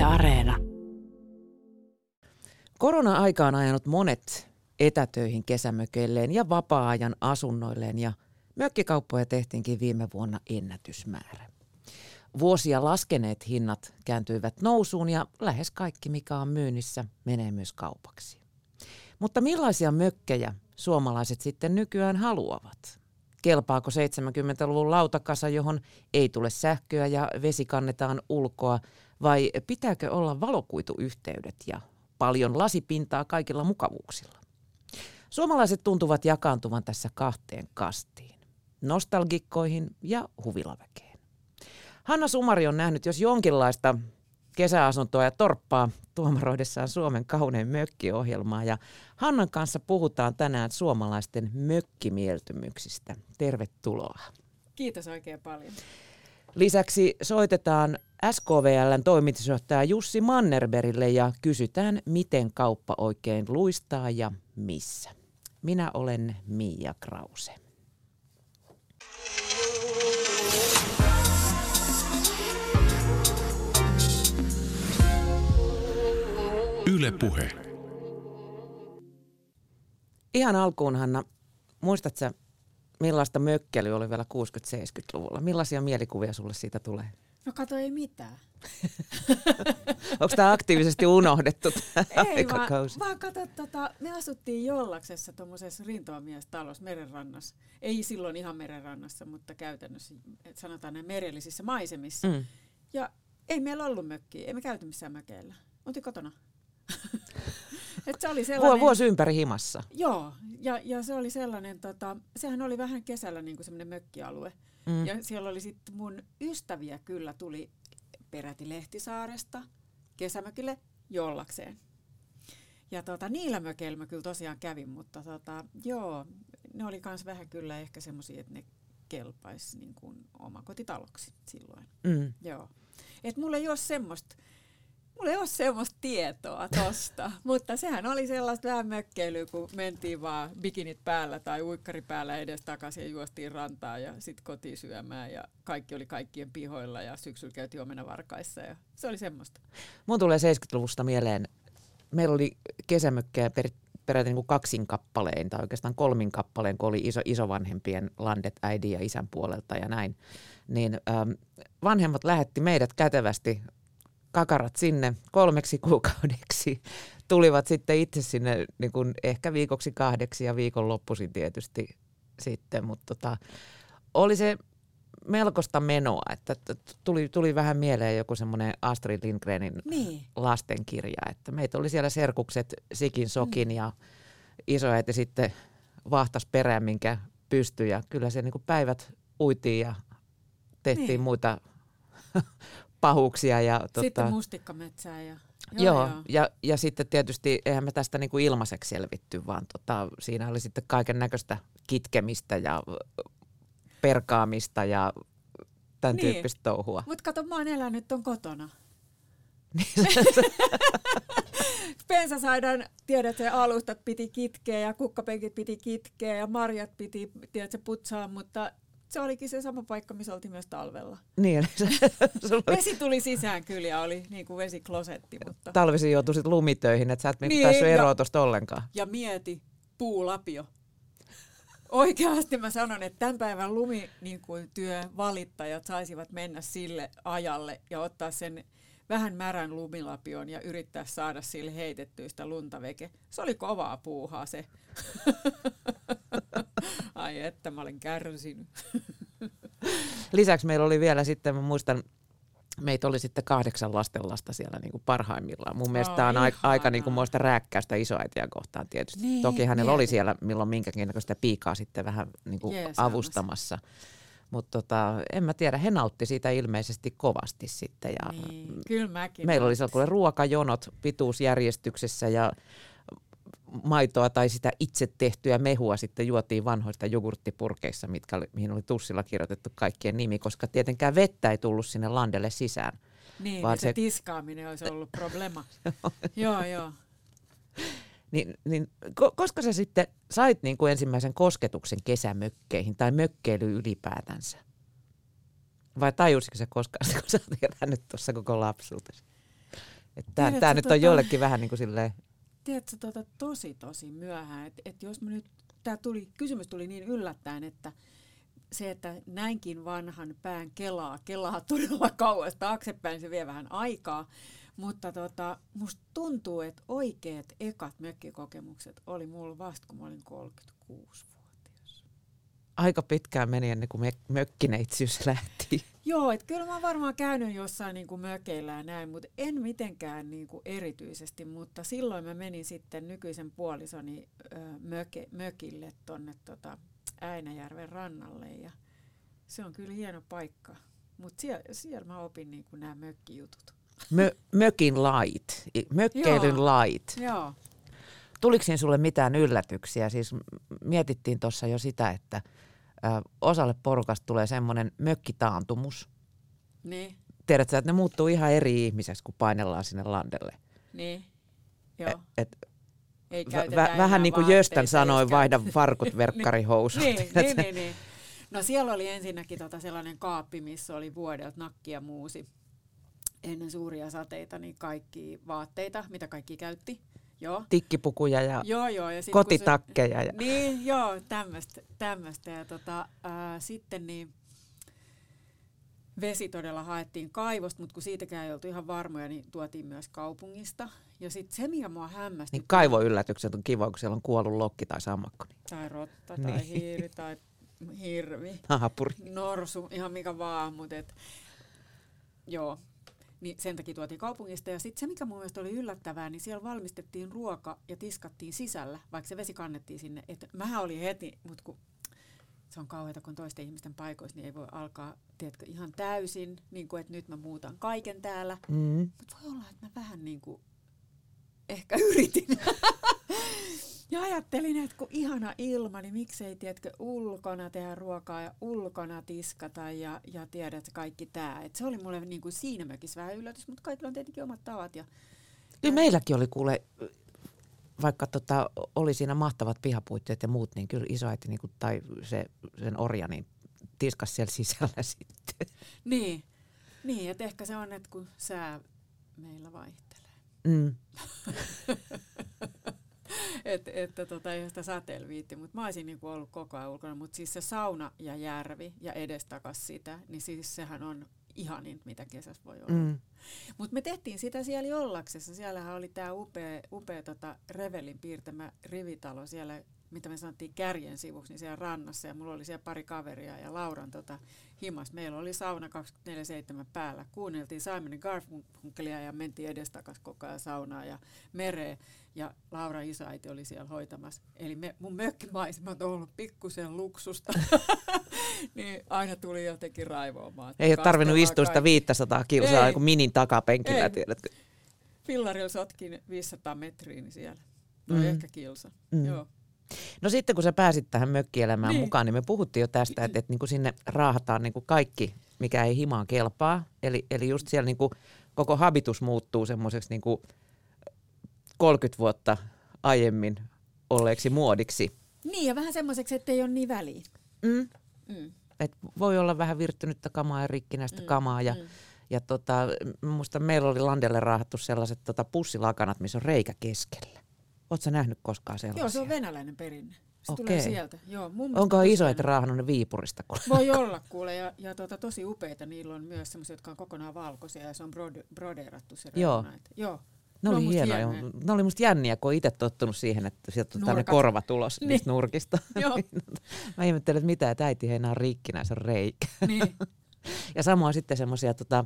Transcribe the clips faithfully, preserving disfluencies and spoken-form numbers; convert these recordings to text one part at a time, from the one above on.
Areena. Korona-aika on ajanut monet etätöihin kesämökeilleen ja vapaa-ajan asunnoilleen ja mökkikauppoja tehtiinkin viime vuonna ennätysmäärä. Vuosia laskeneet hinnat kääntyivät nousuun ja lähes kaikki, mikä on myynnissä, menee myös kaupaksi. Mutta millaisia mökkejä suomalaiset sitten nykyään haluavat? Kelpaako seitsemänkymmentäluvun lautakasa, johon ei tule sähköä ja vesi kannetaan ulkoa, vai pitääkö olla valokuituyhteydet ja paljon lasipintaa kaikilla mukavuuksilla? Suomalaiset tuntuvat jakaantuvan tässä kahteen kastiin, nostalgikkoihin ja huvilaväkeen. Hanna Sumari on nähnyt jos jonkinlaista kesäasuntoa ja torppaa tuomaroidessaan Suomen kaunein mökkiohjelmaa. Ja Hannan kanssa puhutaan tänään suomalaisten mökkimieltymyksistä. Tervetuloa. Kiitos oikein paljon. Lisäksi soitetaan S K V L:n toimitusjohtaja Jussi Mannerbergille ja kysytään, miten kauppa oikein luistaa ja missä. Minä olen Miia Krause. Yle Puhe. Ihan alkuun, Hanna, muistatko sä, millaista mökkely oli vielä kuusikymmentä-seitsemänkymmentäluvulla? Millaisia mielikuvia sulle siitä tulee? No kato, ei mitään. Onko tämä aktiivisesti unohdettu? Ei vaan, vaan kato, tota, me asuttiin Jollaksessa tuommoisessa rintamamiestalossa merenrannassa. Ei silloin ihan merenrannassa, mutta käytännössä sanotaan näin merellisissä maisemissa. Mm. Ja ei meillä ollut mökkiä, ei me käyty missään mökeillä. Oltiin kotona. Et se oli sellainen, vuosi ympäri himassa. Joo, ja, ja se oli sellainen, tota, sehän oli vähän kesällä niin kuin semmoinen mökkialue. Mm. Ja siellä oli sitten mun ystäviä kyllä tuli peräti Lehtisaaresta kesämökille Jollakseen. Ja tota, niillä mökeillä mä kyllä tosiaan kävin, mutta tota, joo, ne oli kans vähän kyllä ehkä semmosia, että ne kelpaisi niin kuin omakotitaloksi silloin. Mm. Joo. Et mulla ei ole semmoista, mulla ei ole semmoista tietoa tosta, mutta sehän oli sellaista vähän mökkeilyä, kun mentiin vaan bikinit päällä tai uikkari päällä edes takaisin ja juostiin rantaan ja sitten kotiin syömään ja kaikki oli kaikkien pihoilla ja syksyllä käytiin omenavarkaissa ja se oli semmoista. Mun tulee seitsemänkymmentäluvusta mieleen, meillä oli kesämökkejä per, peräti niin kuin kaksin kappaleen tai oikeastaan kolmin kappaleen, kun oli iso, isovanhempien landet äidin ja isän puolelta ja näin, niin ähm, vanhemmat lähetti meidät kätevästi kakarat sinne kolmeksi kuukaudeksi, tulivat sitten itse sinne niin kuin ehkä viikoksi kahdeksi ja viikonloppuisin tietysti sitten, mutta tota, oli se melkoista menoa, että tuli, tuli vähän mieleen joku semmoinen Astrid Lindgrenin niin. lastenkirja, että meitä oli siellä serkukset sikin sokin mm. ja isoäiti sitten vahtas perään, minkä pystyi ja kyllä se niin kuin päivät uitiin ja tehtiin niin. muita pahuuksia. Ja, tota, sitten mustikkametsää. Ja, joo, joo, joo. Ja, ja sitten tietysti eihän me tästä niinku ilmaiseksi selvitty, vaan tota, siinä oli sitten kaiken näköistä kitkemistä ja perkaamista ja tämän niin. tyyppistä touhua. Mutta kato, mä oon elänyt ton kotona. Pensasaidan, tiedätkö, alustat piti kitkeä ja kukkapenkit piti kitkeä ja marjat piti, tiedätkö, putsaa, mutta se olikin se sama paikka, missä oltiin myös talvella. Niin. Vesi tuli sisään kyllä ja oli niin kuin vesiklosetti. Mutta talvisin joutui sitten lumitöihin, että sä et niin, päässyt eroon tuosta ollenkaan. Ja mieti, puulapio. Oikeasti mä sanon, että tämän päivän lumi niin kuin työvalittajat saisivat mennä sille ajalle ja ottaa sen vähän märän lumilapion ja yrittää saada sille heitettyä sitä lunta veke. Se oli kovaa puuhaa se. Ai että mä olen kärsinyt. Lisäksi meillä oli vielä sitten, mä muistan, meitä oli sitten kahdeksan lastenlasta siellä niin kuin parhaimmillaan. Mun mielestä tämä on aika, aika niin kuin muista rääkkäystä isoäitiä kohtaan tietysti. Niin, Toki hänellä mieti. oli siellä milloin minkäkin näköistä piikaa sitten vähän niin kuin avustamassa. Mutta tota, en mä tiedä, he nautti siitä ilmeisesti kovasti sitten. Ja niin, kyllä mäkin. Meillä oli sellainen ruokajonot pituusjärjestyksessä ja maitoa tai sitä itse tehtyä mehua sitten juotiin vanhoista jogurttipurkeissa, mitkä oli, mihin oli tussilla kirjoitettu kaikkien nimi, koska tietenkään vettä ei tullut sinne landelle sisään. Niin, vaan se, se tiskaaminen olisi ollut problema. joo, joo. Niin, niin, koska sä sitten sait niin kuin ensimmäisen kosketuksen kesämökkeihin tai mökkeilyyn ylipäätänsä? Vai tajusitko sä koskaan, kun sä oot elänyt tuossa koko lapsuutesi? Tämä tämä nyt on tota, joillekin vähän niin kuin silleen... Tiedätkö, tota, tosi tosi myöhään, että et jos mä nyt, tää tuli, kysymys tuli niin yllättäen, että se, että näinkin vanhan pään kelaa, kelaa todella kauas taaksepäin, se vie vähän aikaa, mutta tota, musta tuntuu, että oikeat ekat mökkikokemukset oli mulla vasta, kun mä olin kolmekymmentäkuusi-vuotias. Aika pitkään meni ennen kuin mökkineitsyys lähti. Joo, että kyllä mä oon varmaan käynyt jossain niin kuin mökeillä ja näin, mutta en mitenkään niin kuin erityisesti, mutta silloin mä menin sitten nykyisen puolisoni ö, möke, mökille tonne tota, Äinäjärven rannalle ja se on kyllä hieno paikka, mutta siellä, siellä mä opin niin kuin nämä mökkijutut. Mö, mökin lait, mökkeilyn Joo. lait. Joo. Tuliko siinä sulle mitään yllätyksiä? Siis mietittiin tuossa jo sitä, että ö, osalle porukasta tulee semmoinen mökkitaantumus. Niin. Tiedätkö, että ne muuttuu ihan eri ihmiseksi, kun painellaan sinne landelle. Niin, joo. Et, et, Ei vä, vähän niin kuin Jöstän sanoi, vaihda farkut verkkarihousuun. niin, niin, niin, niin. No siellä oli ensinnäkin tota sellainen kaappi, missä oli vuodelta nakki ja muusi. Ennen suuria sateita, niin kaikki vaatteita, mitä kaikki käytti. Joo. Tikkipukuja ja, joo, joo, ja sit, kotitakkeja. Se, ja. Niin, joo, tämmöistä. tämmöistä. Ja tota, ää, sitten niin vesi todella haettiin kaivosta, mutta kun siitäkään ei oltu ihan varmoja, niin tuotiin myös kaupungista. Ja sitten se, mikä mua hämmästytti... Niin kaivoyllätykset on kiva, kun siellä on kuollut lokki tai sammakko. Niin. Tai rotta, niin. tai hiiri, tai hirvi. Naapuri. Norsu, ihan mikä vaan, mutta et, joo. Niin sen takia tuotiin kaupungista. Ja sitten se, mikä mun mielestä oli yllättävää, niin siellä valmistettiin ruoka ja tiskattiin sisällä, vaikka se vesi kannettiin sinne. Että mähän olin heti, mutta kun se on kauheata, kun toisten ihmisten paikoissa, niin ei voi alkaa, tiedätkö, ihan täysin, niin kuin, että nyt mä muutan kaiken täällä. Mm. Mutta voi olla, että mä vähän niin kuin ehkä yritin. Ja ajattelin, että kun ihana ilma, niin miksei, tiedätkö, ulkona tehdä ruokaa ja ulkona tiskata ja, ja tiedät kaikki tää. Et se oli mulle niin kuin siinä mökissä vähän yllätys, mutta kaikilla on tietenkin omat tavat. Ja, ja meilläkin oli kuule, vaikka tota, oli siinä mahtavat pihapuitteet ja muut, niin kyllä isoäiti niin kuin, tai se, sen orja niin tiskas siellä sisällä sitten. Niin, niin että ehkä se on, että kun sää meillä vaihtelee. Mm. Että et, tota, eihän sitä sateella viitti, mutta mä olisin niinku ollut koko ajan ulkona. Mutta siis se sauna ja järvi ja edestakas sitä, niin siis sehän on ihanin, mitä kesässä voi olla. Mm. Mutta me tehtiin sitä siellä Jollaksessa. Siellähän oli tämä upea, upea tota Revelin piirtämä rivitalo siellä, mitä me sanottiin Kärjen sivuksi, niin siellä rannassa. Ja mulla oli siellä pari kaveria ja Lauran tota, himas. Meillä oli sauna kaksikymmentäneljä seitsemän päällä. Kuunneltiin Simon Garfunkelia ja mentiin edestakas koko ajan saunaa ja mereen. Ja Laura isoäiti oli siellä hoitamassa. Eli me, mun mökkimaisemat on ollut pikkusen luksusta. Niin aina tuli jotenkin raivoamaan. Ei ole tarvinnut istua sitä viisisataa kilsaa kuin minin takapenkillä, ei. Tiedätkö? Fillarilla sotkin viisisataa metriä niin siellä. Tai mm. ehkä kilsa. Mm. Joo. No sitten kun sä pääsit tähän mökkielämään niin. mukaan, niin me puhuttiin jo tästä, että, että niin kuin sinne raahataan niin kuin kaikki, mikä ei himaan kelpaa. Eli, eli just siellä niin kuin koko habitus muuttuu semmoiseksi niin kuin kolmekymmentä vuotta aiemmin olleeksi muodiksi. Niin ja vähän semmoiseksi, että ei ole niin väliä. Mm. Mm. Et voi olla vähän virttynyttä kamaa ja rikkinäistä mm. kamaa. Ja, mm. ja tota, musta meillä oli landelle raahattu sellaiset tota, pussilakanat, missä on reikä keskellä. Ootko sä nähnyt koskaan sellaisia? Joo, se on venäläinen perinne. Se Okei. tulee sieltä. Joo, onko isoit raahannut ne Viipurista? Kuule? Voi olla kuule. Ja, ja tuota, tosi upeita. Niillä on myös sellaisia, jotka on kokonaan valkoisia ja se on brode, brodeerattu se Joo. reuna. Joo. Ne oli hienoja. Ne oli musta jänniä, kun oon itse tottunut siihen, että sieltä on tänne korva tulos niin. niistä nurkista. Mä ihmettelen, että mitä, että äiti heinää on rikkinä, se on reikä. Niin. Ja samoin sitten semmoisia tota,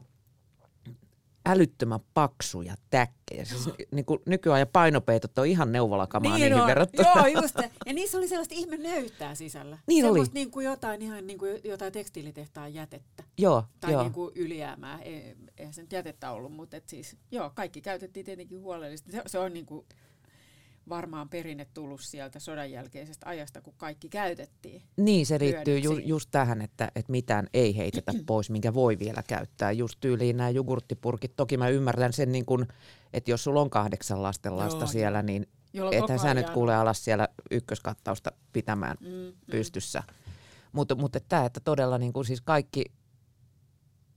älyttömän paksuja täkkejä. Siis, niin kuin nykyajan painopeitot on ihan neuvolakamaa niin niihin verrattuna. Joo, just. Ja niissä oli sellaista ihme nöyttää sisällä. Niin semmoista oli. Niin kuin jotain, ihan niin kuin jotain tekstiilitehtaan jätettä. Joo, tai joo. Niin kuin ylijäämää. Ei, eihän se nyt jätettä ollut, mutta et siis, joo, kaikki käytettiin tietenkin huolellisesti. Se, se on niin kuin varmaan perinne tullut sieltä sodan jälkeisestä ajasta, kun kaikki käytettiin. Niin, se liittyy ju, just tähän, että, että mitään ei heitetä pois, minkä voi vielä käyttää. Just tyyliin nämä jogurttipurkit. Toki mä ymmärrän sen, niin kun, että jos sulla on kahdeksan lastenlasta joo, siellä, niin ethän sä nyt kuule alas siellä ykköskattausta pitämään mm, pystyssä. Mm. Mutta mut tämä, että todella niin kun siis kaikki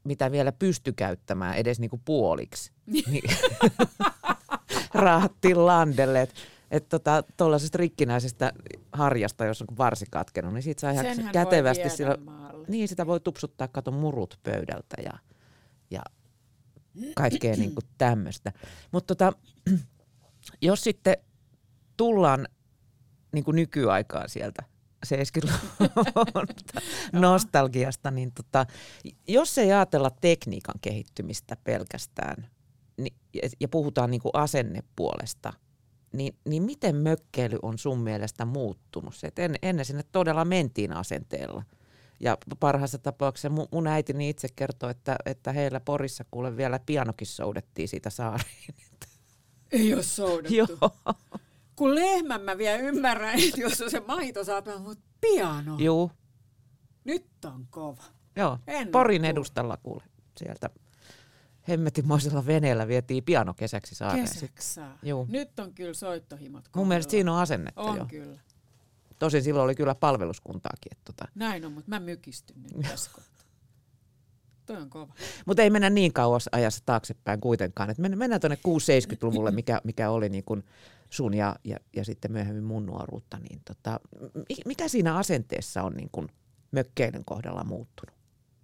mitä vielä pysty käyttämään edes niinku puoliksi, niin raahattiin landelle. Että et tota, tuollaisesta rikkinäisestä harjasta, jos on varsi katkenut, niin siitä saa ihan Senhän kätevästi. Sillä, niin, sitä voi tupsuttaa, kato murut pöydältä ja, ja kaikkea niinku tämmöistä. Mutta tota, jos sitten tullaan niinku nykyaikaan sieltä seitsemänkymmentäluvun nostalgiasta, niin tota, jos ei ajatella tekniikan kehittymistä pelkästään niin, ja puhutaan niinku asennepuolesta, niin, niin miten mökkeily on sun mielestä muuttunut? Se, en, ennen sinne todella mentiin asenteella. Ja parhaassa tapauksessa mun, mun äitini itse kertoi, että, että heillä Porissa kuule vielä pianokin soudettiin siitä saariin. Ei ole soudettu. Joo. Kun lehmän mä vielä ymmärrän, että jos on se maito saatava, mutta piano. Joo. Nyt on kova. Joo, En Porin edustalla kuule sieltä. Hemmetimoisella veneellä vietiin piano kesäksi saareen. Kesäksi. Joo. Nyt on kyllä soittohimot kohdalla. Mun mielestä siinä on asennetta on jo. kyllä. Tosin silloin oli kyllä palveluskuntaakin. Että tota. Näin on, mutta mä mykistyn nyt tässä kohtaa. Toi on kova. Mutta ei mennä niin kauas ajassa taaksepäin kuitenkaan. Et mennään tuonne kuusikymmentä-seitsemänkymmentäluvulle, mikä, mikä oli niin kuin sun ja, ja, ja sitten myöhemmin mun nuoruutta. Niin tota, mikä siinä asenteessa on niin kuin mökkeilyn kohdalla muuttunut?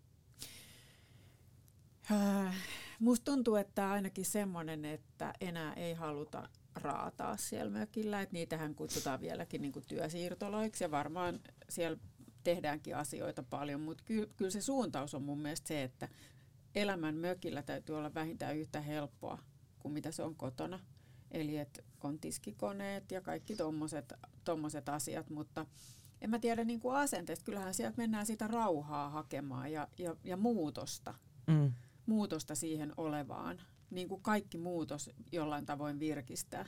Äh, musta tuntuu, että ainakin semmoinen, että enää ei haluta raataa siellä mökillä. Et niitähän kutsutaan vieläkin niin kuin työsiirtoloiksi ja varmaan siellä tehdäänkin asioita paljon, mutta ky- kyllä se suuntaus on mun mielestä se, että elämän mökillä täytyy olla vähintään yhtä helppoa kuin mitä se on kotona. Eli että on tiskikoneet ja kaikki tommoset, tommoset asiat, mutta en mä tiedä niin kuin asenteesta. Kyllähän sieltä mennään sitä rauhaa hakemaan ja, ja, ja muutosta, Mm. muutosta siihen olevaan. Niin kuin kaikki muutos jollain tavoin virkistää.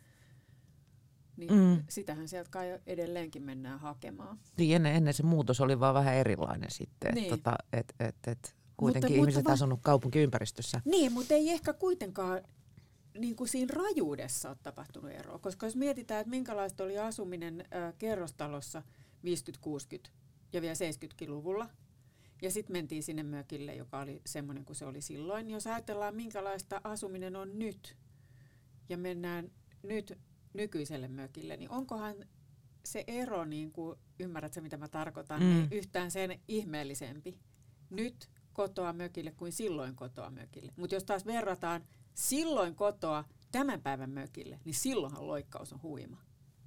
Niin mm. sitähän sieltä kai edelleenkin mennään hakemaan. Niin ennen, ennen se muutos oli vaan vähän erilainen sitten. Niin. Et, tota, et, et, et, kuitenkin mutta, ihmiset mutta va- asunut kaupunkiympäristössä. Niin, mutta ei ehkä kuitenkaan niin kuin siinä rajuudessa ole tapahtunut eroa. Koska jos mietitään, että minkälaista oli asuminen äh, kerrostalossa viisikymmentä-, kuusikymmentä- ja vielä seitsemänkymmentäluvulla, ja sitten mentiin sinne mökille, joka oli semmoinen kuin se oli silloin. Jos ajatellaan, minkälaista asuminen on nyt, ja mennään nyt nykyiselle mökille, niin onkohan se ero, niin kuin, ymmärrätkö mitä mä tarkoitan, mm. niin yhtään sen ihmeellisempi nyt kotoa mökille kuin silloin kotoa mökille. Mutta jos taas verrataan silloin kotoa tämän päivän mökille, niin silloinhan loikkaus on huima.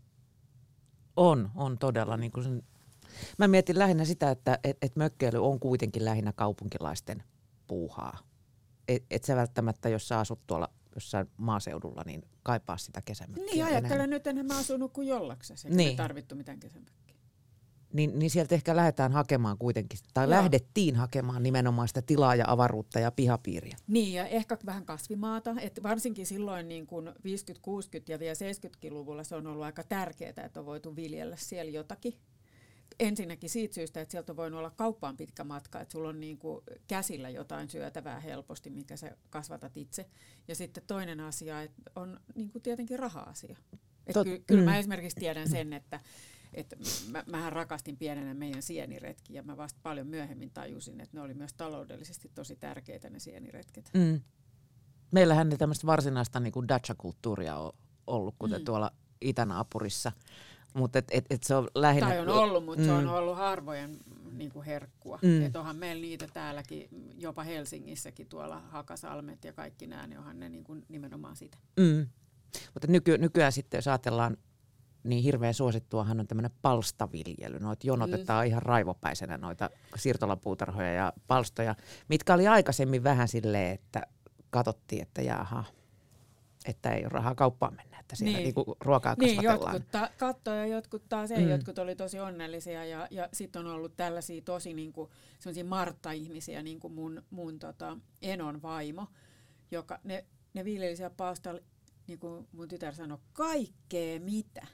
On, on todella. Niin kuin sen. Mä mietin lähinnä sitä, että et, et mökkeily on kuitenkin lähinnä kaupunkilaisten puuhaa. Et, et sä välttämättä, jos sä asut tuolla jossain maaseudulla, niin kaipaa sitä kesämökkiä. Niin, ajattelen nyt, enhän mä asunut kuin jollaksessa, eikä niin. tarvittu mitään kesämökkiä. Niin, niin sieltä ehkä lähdetään hakemaan kuitenkin, tai Joo. lähdettiin hakemaan nimenomaan sitä tilaa ja avaruutta ja pihapiiriä. Niin, ja ehkä vähän kasvimaata. Et varsinkin silloin niin kun viisikymmentä-, kuusikymmentä- ja vielä seitsemänkymmentäluvulla se on ollut aika tärkeää, että on voitu viljellä siellä jotakin. Ensinnäkin siitä syystä, että sieltä on voinut olla kauppaan pitkä matka, että sulla on niin kuin käsillä jotain syötävää helposti, mikä sä kasvatat itse. Ja sitten toinen asia, että on niin kuin tietenkin raha-asia. Että ky- kyllä mä esimerkiksi tiedän sen, että että mä, mähän rakastin pienenä meidän sieniretkiä ja mä vasta paljon myöhemmin tajusin, että ne oli myös taloudellisesti tosi tärkeitä ne sieniretket. Mm. Meillähän ne tämmöistä varsinaista niin kuin dacha-kulttuuria on ollut, kuten mm. tuolla itänaapurissa. Mutta et, et, et se on lähinnä. Tai on ollut, mutta mm. se on ollut harvojen niin kuin herkkua. Mm. Että onhan meillä niitä täälläkin, jopa Helsingissäkin tuolla Hakasalmet ja kaikki nämä, niin onhan ne niin kuin nimenomaan sitä. Mm. Mutta nyky, nykyään sitten, jos ajatellaan, niin hirveän suosittuahan on tämmöinen palstaviljely. Noita jonotetaan mm. ihan raivopäisenä noita siirtolapuutarhoja ja palstoja, mitkä oli aikaisemmin vähän silleen, että katsottiin, että jaha, että ei ole rahaa kauppaan mennä, että siellä niin. niinku ruokaa kasvatellaan. Niin, jotkut ta- kattoi ja jotkut taas ei, mm. jotkut oli tosi onnellisia ja, ja sitten on ollut tällaisia tosi niinku, sellaisia Martta-ihmisiä, niin kuin mun, mun tota, enon vaimo, joka ne, ne viljeli siellä palstalla, niin kuin mun tytär sanoi, kaikkea mitä.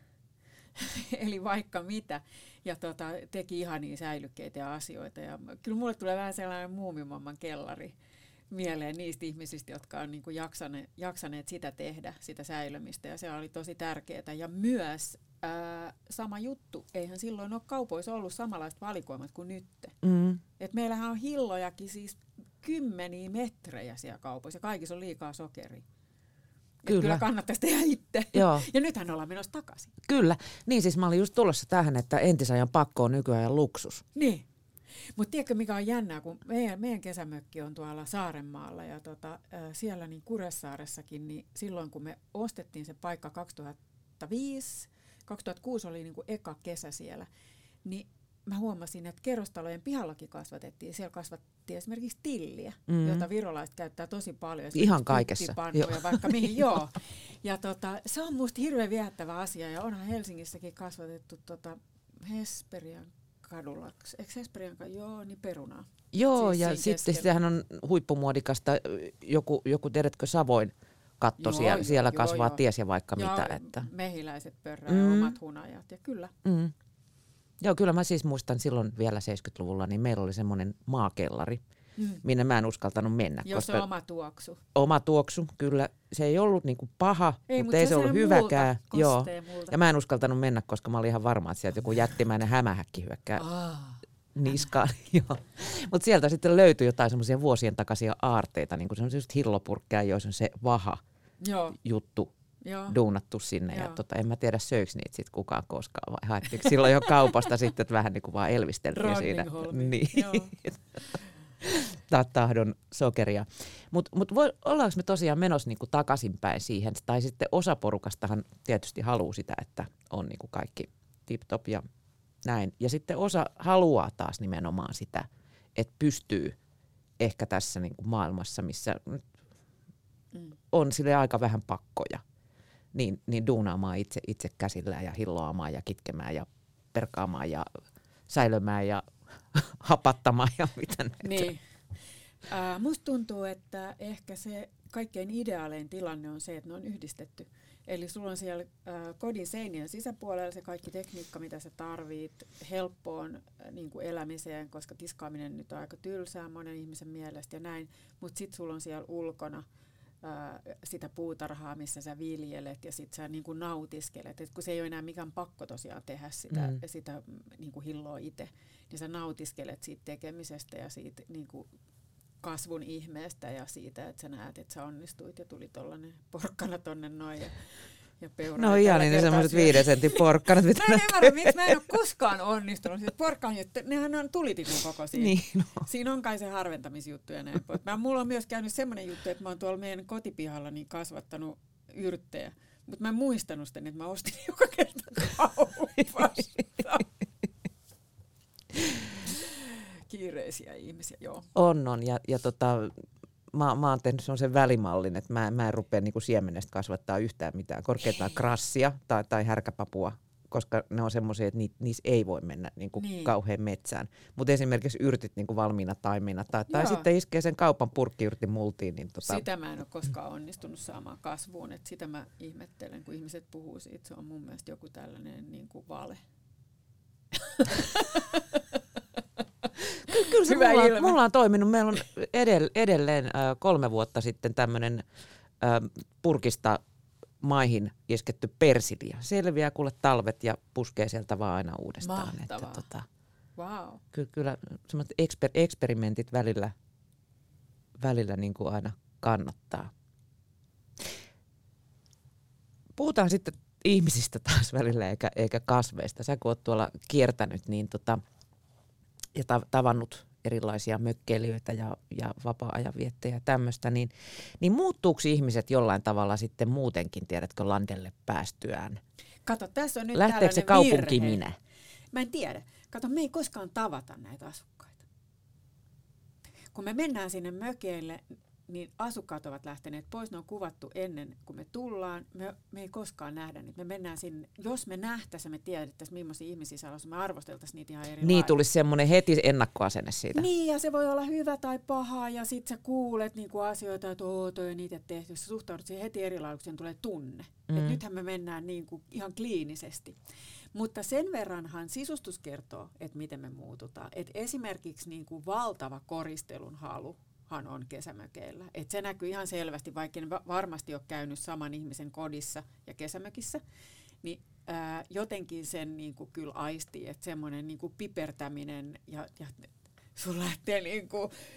Eli vaikka mitä, ja tota, teki ihania säilykkeitä ja asioita. Ja kyllä mulle tulee vähän sellainen muumimamman kellari mieleen niistä ihmisistä, jotka on niin kuin jaksaneet, jaksaneet sitä tehdä, sitä säilymistä, ja se oli tosi tärkeää. Ja myös ää, sama juttu, eihän silloin ole kaupoissa ollut samanlaiset valikoimat kuin nyt. Mm. Et meillähän on hillojakin siis kymmeniä metrejä siellä kaupoissa ja kaikissa on liikaa sokeria. Kyllä. Kyllä kannattaisi tehdä itse. Joo. Ja nythän ollaan menossa takaisin. Kyllä. Niin siis mä olin just tulossa tähän, että entisajan pakko on nykyajan luksus. Niin. Mutta tiedätkö mikä on jännää, kun meidän, meidän kesämökki on tuolla Saarenmaalla ja tota, äh, siellä niin Kuressaaressakin, niin silloin kun me ostettiin se paikka kaksituhattaviisi, kaksituhattakuusi oli niin kuin eka kesä siellä, niin mä huomasin, että kerrostalojen pihallakin kasvatettiin. Siellä kasvattiin esimerkiksi tilliä, mm. jota virolaiset käyttää tosi paljon. Ihan kaikessa. Ja vaikka mihin, joo. Ja tota, se on musta hirveän viehättävä asia ja onhan Helsingissäkin kasvatettu tota Hesperian kadulla. Eikö Hesperian kadulla? Joo, niin perunaa. Joo, siis ja sitten sitähän on huippumuodikasta, joku, joku tiedätkö Savoin katto joo, siellä, joo, siellä joo, kasvaa joo. ties ja vaikka ja mitä. Että. Mehiläiset pörrää mm. ja omat hunajat ja kyllä. Mm. Joo, kyllä mä siis muistan silloin vielä seitsemänkymmentäluvulla, niin meillä oli semmoinen maakellari, mm. minne mä en uskaltanut mennä. Jos on oma tuoksu. Oma tuoksu, kyllä. Se ei ollut niinku paha, ei, mutta ei se ollut hyväkään. Joo. Ja mä en uskaltanut mennä, koska mä olin ihan varma, että sieltä joku jättimäinen hämähäkki hyökkää ah, niskaan. Mutta sieltä sitten löytyi jotain semmoisia vuosien takaisia aarteita, niin kuin semmoisia just hillopurkkeja, joissa on se vaha Joo. juttu. Joo. duunattu sinne. Joo. Ja tota, en mä tiedä, söikö niitä sit kukaan koskaan vai haettiinko silloin jo kaupasta sitten, että vähän niin kuin vaan elvisteltiin siinä. Niin. Tahdon sokeria. Mutta mut ollaanko me tosiaan menossa niinku takaisinpäin siihen, tai sitten osa porukastahan tietysti haluaa sitä, että on niinku kaikki tip-top ja näin. Ja sitten osa haluaa taas nimenomaan sitä, että pystyy ehkä tässä niinku maailmassa, missä mm. on sille aika vähän pakkoja. Niin, niin duunaamaan itse, itse käsillään ja hilloamaan ja kitkemään ja perkaamaan ja säilömään ja hapattamaan ja mitä näitä. Niin. Äh, musta tuntuu, että ehkä se kaikkein ideaalein tilanne on se, että ne on yhdistetty. Eli sulla on siellä äh, kodin seinien sisäpuolella se kaikki tekniikka, mitä sä tarvit helppoon äh, niin kuin elämiseen, koska tiskaaminen nyt on aika tylsää monen ihmisen mielestä ja näin. Mutta sitten sulla on siellä ulkona sitä puutarhaa, missä sä viljelet ja sit sä niin kuin nautiskelet. Et kun se ei ole enää mikään pakko tosiaan tehdä sitä, mm. sitä niin kuin hilloa itse, niin sä nautiskelet siitä tekemisestä ja siitä niin kuin kasvun ihmeestä ja siitä, että sä näet, että sä onnistuit ja tuli tollainen porkkana tonne noin ja, ja peuraa. No ihan niin ne semmoiset viiden sentin porkkanat. Mä en ymmärrä, miksi mä en ole koskaan onnistunut. Siis porkkanat, nehän on tulitikun kokoisia. Niin, no. Siinä on kai se harventamisjuttu ja näin. Mä, mulla on myös käynyt semmoinen juttu, että mä oon tuolla meidän kotipihalla niin kasvattanut yrttejä. Mutta mä en muistanut sitä, että mä ostin joka kerta kaupasta. Kiireisiä ihmisiä, joo. On, on. Ja, ja tota, mä, mä oon tehnyt semmoisen välimallin, että mä, mä en rupea niinku siemenestä kasvattaa yhtään mitään. Korkeintaan krassia tai, tai härkäpapua, koska ne on semmoisia, että ni, niissä ei voi mennä niinku niin. kauhean metsään. Mutta esimerkiksi yrtit niinku valmiina taimina tai, tai sitten iskee sen kaupan purkkiyrtin multiin. Niin tota... Sitä mä en ole koskaan onnistunut saamaan kasvuun. Et sitä mä ihmettelen, kun ihmiset puhuu siitä. Se on mun mielestä joku tällainen niinku vale. Ky- kyllä se mulla, mulla on toiminut. Meillä on edell- edelleen äh, kolme vuotta sitten tämmöinen äh, purkista maihin isketty persilia. Selviää kuule talvet ja puskee sieltä vaan aina uudestaan. Mahtavaa. Että, tota, wow. ky- kyllä semmoiset eksper- eksperimentit välillä, välillä niin kuin aina kannattaa. Puhutaan sitten ihmisistä taas välillä eikä, eikä kasveista. Sä kun oot tuolla kiertänyt niin tota, ja ta- tavannut erilaisia mökkeilijöitä ja, ja vapaa-ajan viettejä ja tämmöistä, niin, niin muuttuuko ihmiset jollain tavalla sitten muutenkin, tiedätkö, landelle päästyään? Kato, tässä on nyt lähteekö se kaupunki virhe. minä? Mä en tiedä. Kato, me ei koskaan tavata näitä asukkaita. Kun me mennään sinne mökeille, niin asukkaat ovat lähteneet pois. Ne on kuvattu ennen kuin me tullaan. Me, me ei koskaan nähdä niitä. Me mennään sinne. Jos me nähtäisiin, me tiedettäisiin, millaisia ihmisiä siellä on. Me arvosteltaisiin niitä ihan eri Niin lailla. Tulisi semmoinen heti ennakkoasenne siitä. Niin, ja se voi olla hyvä tai paha. Ja sit sä kuulet niinku asioita, että oo, toi on niitä tehty. Sä suhtaudut siihen heti eri lailla, kun siihen tulee tunne. Mm. Et nythän me mennään niinku ihan kliinisesti. Mutta sen verranhan sisustus kertoo, että miten me muututaan. Et esimerkiksi niinku valtava koristelun halu on kesämökeillä. Et se näkyy ihan selvästi, vaikka en varmasti ole käynyt saman ihmisen kodissa ja kesämökissä, niin ää, jotenkin sen niinku kyllä aistii, että semmoinen niinku pipertäminen ja, ja sun lähtee niinku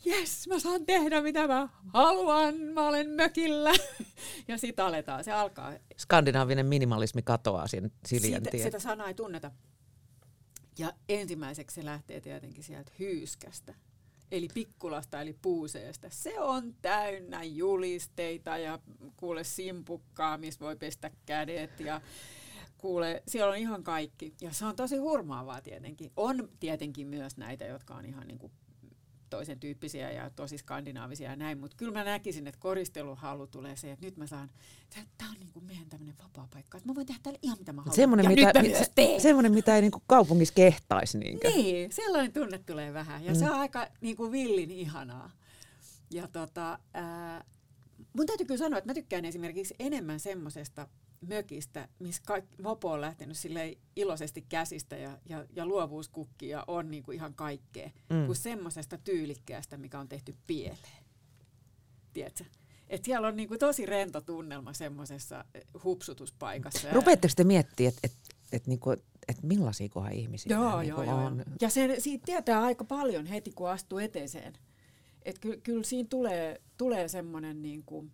jes, mä saan tehdä mitä mä haluan, mä olen mökillä. Ja sitten aletaan, se alkaa. Skandinaavinen minimalismi katoaa siinä Siljan Sitä, sitä sanaa ei tunneta. Ja ensimmäiseksi se lähtee tietenkin sieltä hyyskästä. Eli pikkulasta, eli puuseesta. Se on täynnä julisteita ja kuule simpukkaa, missä voi pestä kädet ja kuule, siellä on ihan kaikki. Ja se on tosi hurmaavaa tietenkin. On tietenkin myös näitä, jotka on ihan niin kuin toisen tyyppisiä ja tosi skandinaavisia ja näin, mutta kyllä mä näkisin, että koristeluhalu tulee se, että nyt mä saan, tämä on niin kuin meidän tämmöinen vapaa paikka, että mä voin tehdä täällä ihan mitä mä haluan. Semmoinen, ja mitä, nyt mä myös teen. Semmoinen, mitä ei niin kuin kaupungissa kehtaisi. Niinkö? Niin, sellainen tunne tulee vähän ja mm. se on aika niin kuin villin ihanaa. Ja tota, ää, mun täytyy kyllä sanoa, että mä tykkään esimerkiksi enemmän semmosesta mökistä, missä kaikki, mopo on lähtenyt silleen iloisesti käsistä ja, ja, ja luovuuskukki ja on niinku ihan kaikkea, mm. kuin semmoisesta tyylikkäästä, mikä on tehty pieleen. Tiedätkö? Että siellä on niinku tosi rento tunnelma semmoisessa hupsutuspaikassa. Rupeatteko te miettimään, että et, et, niinku, et millaisiakohan ihmisiä joo, niinku joo, on? Joo. Ja se, siitä tietää aika paljon heti, kun astuu eteeseen. Että ky, kyllä siinä tulee, tulee semmoinen niinku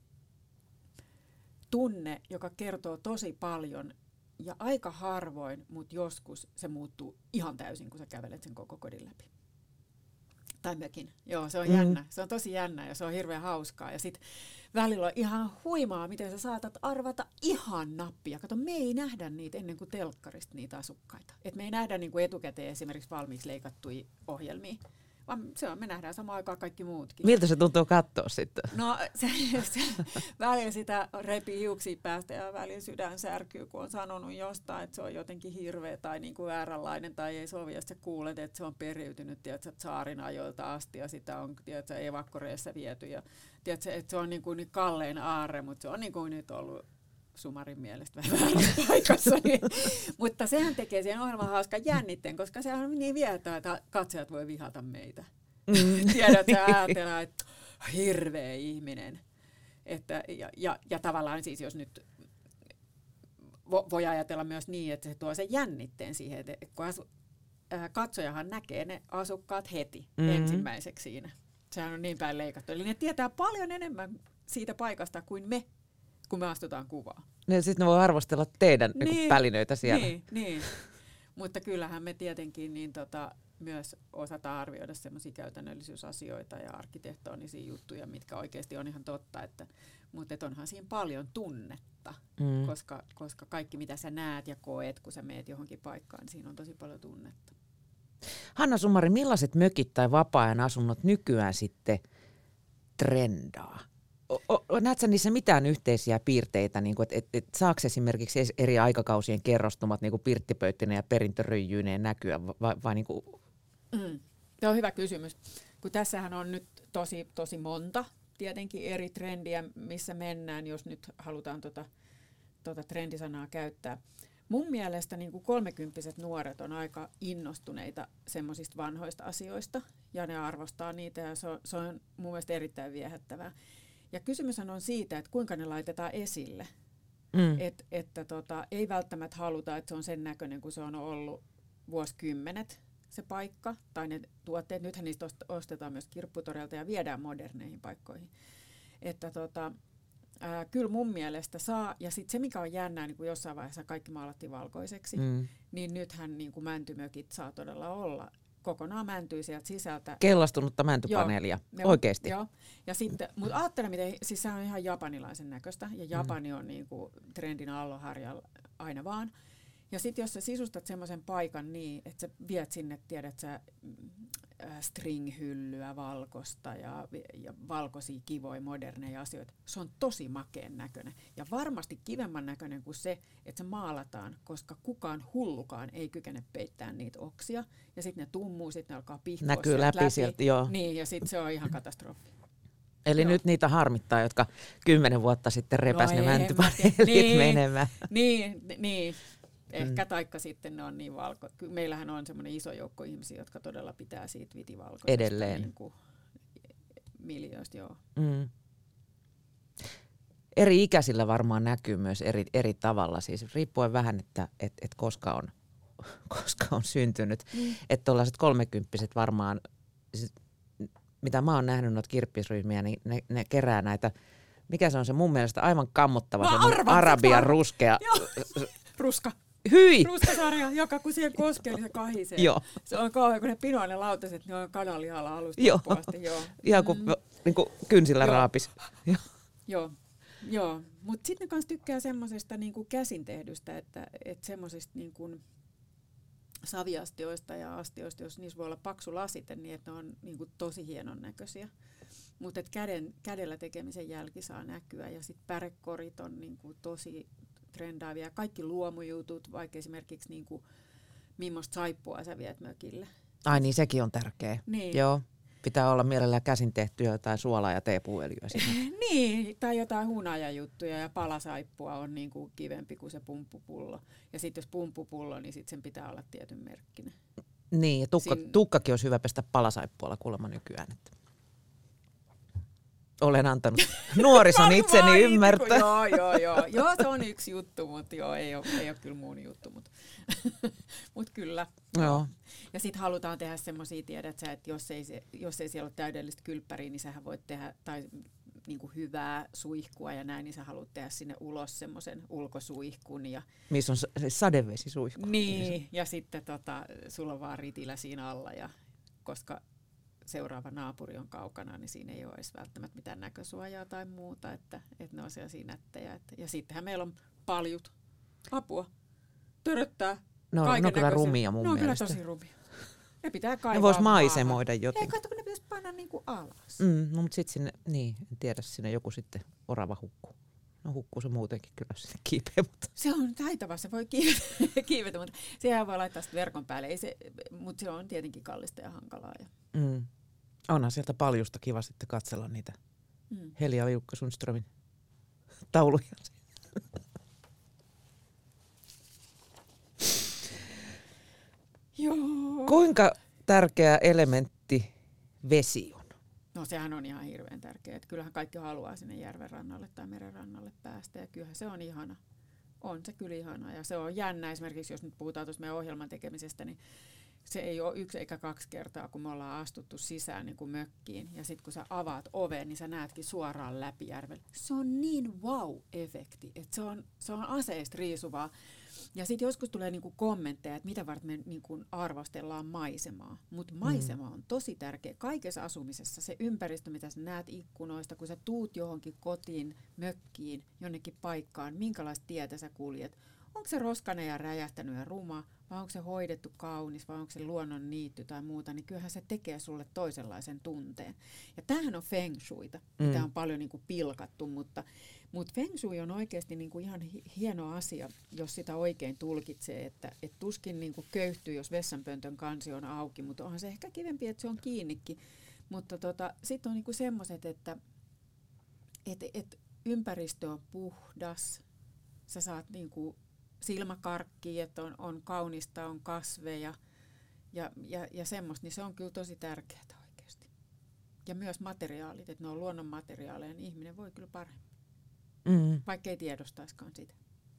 tunne, joka kertoo tosi paljon ja aika harvoin, mutta joskus se muuttuu ihan täysin, kun sä kävelet sen koko kodin läpi. Tai mökin. Joo, se on mm. jännä. Se on tosi jännä ja se on hirveän hauskaa. Ja sitten välillä on ihan huimaa, miten sä saatat arvata ihan nappia. Kato, me ei nähdä niitä ennen kuin telkkarista niitä asukkaita. Et me ei nähdä niin kuin etukäteen esimerkiksi valmiiksi leikattuja ohjelmia. Vaan se on, me nähdään samaan aikaan kaikki muutkin. Miltä se tuntuu katsoa sitten? No se, se, välillä sitä repii hiuksia päästä ja välillä sydän särkyy, kun on sanonut jostain, että se on jotenkin hirveä tai niin kuin vääränlainen tai ei sovi. Ja sä kuulet, että se on periytynyt tiedätkö, tsaarin ajoilta asti ja sitä on tiedätkö, evakkoreissa viety. Ja, tiedätkö, että se on niin kuin nyt kallein aarre, mutta se on niin kuin nyt ollut Sumarin mielestä vähän väärässä paikassa. Niin. Mutta sehän tekee siihen ohjelman hauskan jännitteen, koska sehän on niin viettää, että katsojat voi vihata meitä. Mm. Tiedät, sä ajatellaan, että hirveä ihminen. Että, ja, ja, ja tavallaan siis, jos nyt vo, voi ajatella myös niin, että se tuo sen jännitteen siihen, että kun asu, äh, katsojahan näkee ne asukkaat heti mm-hmm. ensimmäiseksi siinä. Sehän on niin päin leikattu. Eli ne tietää paljon enemmän siitä paikasta kuin me, kun me astutaan kuvaan. Niin, sitten ne voi arvostella teidän niin, niin, pälinöitä siellä. Niin, niin. Mutta kyllähän me tietenkin niin tota, myös osataan arvioida semmoisia käytännöllisyysasioita ja arkkitehtonisia juttuja, mitkä oikeasti on ihan totta. Että, mutta et onhan siinä paljon tunnetta, mm. koska, koska kaikki mitä sä näet ja koet, kun sä meet johonkin paikkaan, niin siinä on tosi paljon tunnetta. Hanna Sumari, millaiset mökit tai vapaa-ajan asunnot nykyään sitten trendaa? Näetkö niissä mitään yhteisiä piirteitä, niin että et, et saako esimerkiksi eri aikakausien kerrostumat niin pirttipöyttineen ja perintöryijyineen näkyä? Vai, vai niin kuin? Mm, tämä on hyvä kysymys, kun tässähän on nyt tosi, tosi monta tietenkin eri trendiä, missä mennään, jos nyt halutaan tuota, tuota trendisanaa käyttää. Mun mielestä niin kuin kolmekymppiset nuoret on aika innostuneita semmoisista vanhoista asioista ja ne arvostaa niitä ja se on, se on mun mielestä erittäin viehättävää. Ja kysymyshän on siitä, että kuinka ne laitetaan esille. Mm. Et, että tota, ei välttämättä haluta, että se on sen näköinen, kun se on ollut vuosikymmenet se paikka. Tai ne tuotteet, nythän niistä ostetaan myös kirpputoreilta ja viedään moderneihin paikkoihin. Että tota, ää, kyllä mun mielestä saa, ja sitten se mikä on jännää, niin kun jossain vaiheessa kaikki maalattiin valkoiseksi, mm. niin nythän niin kuin mäntymökit saa todella olla kokonaan mäntyy sieltä sisältä. Kellastunutta mäntypaneelia, joo, oikeasti. Joo, ja sitten, mutta ajattele, miten, siis se on ihan japanilaisen näköistä, ja Japani on niinku trendin aallonharjalla aina vaan. Ja sitten jos sä sisustat semmoisen paikan niin, että sä viet sinne, tiedät sä, string-hyllyä valkosta ja, ja valkoisia kivoja moderneja asioita. Se on tosi makeen näköinen ja varmasti kivemman näköinen kuin se, että se maalataan, koska kukaan hullukaan ei kykene peittämään niitä oksia ja sitten ne tummuu, sitten ne alkaa pihkoa näkyy läpi, läpi sieltä, joo. Niin, ja sitten se on ihan katastrofi. Eli joo. Nyt niitä harmittaa, jotka kymmenen vuotta sitten repäs no ne mäntypaneelit niin, menemään. Niin, niin. Ehkä mm. taikka sitten ne on niin valko. Meillähän on semmoinen iso joukko ihmisiä, jotka todella pitää siitä vitivalkoisesta. Edelleen. Niin kuin miljoista, joo. Mm. Eri ikäisillä varmaan näkyy myös eri, eri tavalla, siis riippuen vähän, että et, et koska, on, koska on syntynyt. Mm. Että tuollaiset kolmekymppiset varmaan, siis mitä mä oon nähnyt noita kirppisryhmiä, niin ne, ne kerää näitä, mikä se on se mun mielestä aivan kammottava, se arabian ruskea. Ruska. Hyi! Ruskasarja, joka kun siihen koskee, niin se kahisee. Joo. Se on kauhean, kun ne pinoaa ne lautaset, ne on kanalihalla alusta Joo. loppuasti. Joo. Ihan kuin, mm. niin kuin kynsillä Joo. raapis. Joo. Joo. Mutta sitten ne kanssa tykkää semmoisesta niinku käsin tehdystä, että et semmoisista niinku saviastioista ja astioista, jos niissä voi olla paksu lasite, niin että ne on niinku tosi hienon näköisiä. Mutta käden, kädellä tekemisen jälki saa näkyä ja sitten pärekorit on niinku tosi trendaavia. Kaikki luomujutut, vaikka esimerkiksi niinku, millaista saippua sä viet mökille. Ai niin, sekin on tärkeä. Niin. Joo. Pitää olla mielellään käsin tehtyä jotain suolaa ja teepuöljyä siinä. Niin, tai jotain hunajajuttuja ja palasaippua on niinku kivempi kuin se pumppupullo. Ja sitten jos pumppupullo, niin sit sen pitää olla tietyn merkkinen. Niin, ja tukka, Sin... tukkakin olisi hyvä pestä palasaippualla kuulemma nykyään. Että olen antanut nuorison itseni ymmärtää. Joo, joo, joo. Joo, se on yksi juttu, mutta joo, ei ole, ei ole kyllä mun juttu. Mutta mut kyllä. Joo. Ja sitten halutaan tehdä semmoisia, tiedät sä, että jos ei, se, jos ei siellä ole täydellistä kylppäriä, niin sähän voit tehdä, tai niin kuin hyvää suihkua ja näin, niin sä haluat tehdä sinne ulos semmoisen ulkosuihkun. Ja missä on sadevesisuihku. niin, ja sitten tota, sulla on vaan ritilä siinä alla, ja koska seuraava naapuri on kaukana, niin siinä ei ole edes välttämättä mitään näkösuojaa tai muuta, että, että ne on sellaisia nättejä. Että, ja sittenhän meillä on paljut, apua, töröttää, no, kaiken ne on kyllä näköisiä. rumia mun ne on mielestä. Kyllä tosi rumia. Ne pitää kaivaa ne vois maahan. maisemoida jotenkin. Ei, katso, kun ne pitäisi panna niinku alas. Mm, no, mutta sitten sinne, niin, en tiedä, sinne joku sitten orava hukkuu. No hukkuu se muutenkin kyllä sinne kiipeä, mutta se on taitava, se voi kiivetä, kiivetä mutta sehän voi laittaa sitten verkon päälle, ei se, mutta se on tietenkin kallista ja hankalaa. Ja. Mm. Onhan sieltä paljusta kiva sitten katsella niitä mm. Helja Viukka Sundströmin tauluja. Joo. Kuinka tärkeä elementti vesi on? No sehän on ihan hirveän tärkeä. Että kyllähän kaikki haluaa sinne järven rannalle tai meren rannalle päästä ja kyllähän se on ihana. On se kyllä ihana ja se on jännä esimerkiksi, jos nyt puhutaan tuosta meidän ohjelman tekemisestä, niin se ei ole yksi eikä kaksi kertaa, kun me ollaan astuttu sisään niin kuin mökkiin. Ja sitten kun sä avaat oven, niin sä näetkin suoraan läpi järvelle. Se on niin wow-efekti, että se on, se on aseista riisuvaa. Ja sitten joskus tulee niinku kommentteja, että mitä varten me niinku arvostellaan maisemaa. Mutta maisema on tosi tärkeä kaikessa asumisessa. Se ympäristö, mitä sä näet ikkunoista, kun sä tuut johonkin kotiin, mökkiin, jonnekin paikkaan, minkälaista tietä sä kuljet. Onko se roskainen ja räjähtänyt ja ruma, vai onko se hoidettu kaunis, vai onko se luonnon niitty tai muuta, niin kyllähän se tekee sulle toisenlaisen tunteen. Ja tämähän on feng shuita, mm. mitä on paljon niin kuin pilkattu, mutta, mutta feng shui on oikeasti niin kuin ihan hieno asia, jos sitä oikein tulkitsee, että et tuskin niin kuin köyhtyy, jos vessanpöntön kansi on auki, mutta onhan se ehkä kivempi, että se on kiinnikin. Mutta tota, sitten on niin kuin semmoiset, että et, et ympäristö on puhdas, sä saat niin kuin silmäkarkkiin, että on, on kaunista, on kasveja ja, ja, ja semmoista, niin se on kyllä tosi tärkeää oikeasti. Ja myös materiaalit, että ne on luonnon materiaaleja, niin ihminen voi kyllä paremmin, mm. vaikka ei tiedostaisikaan sitä.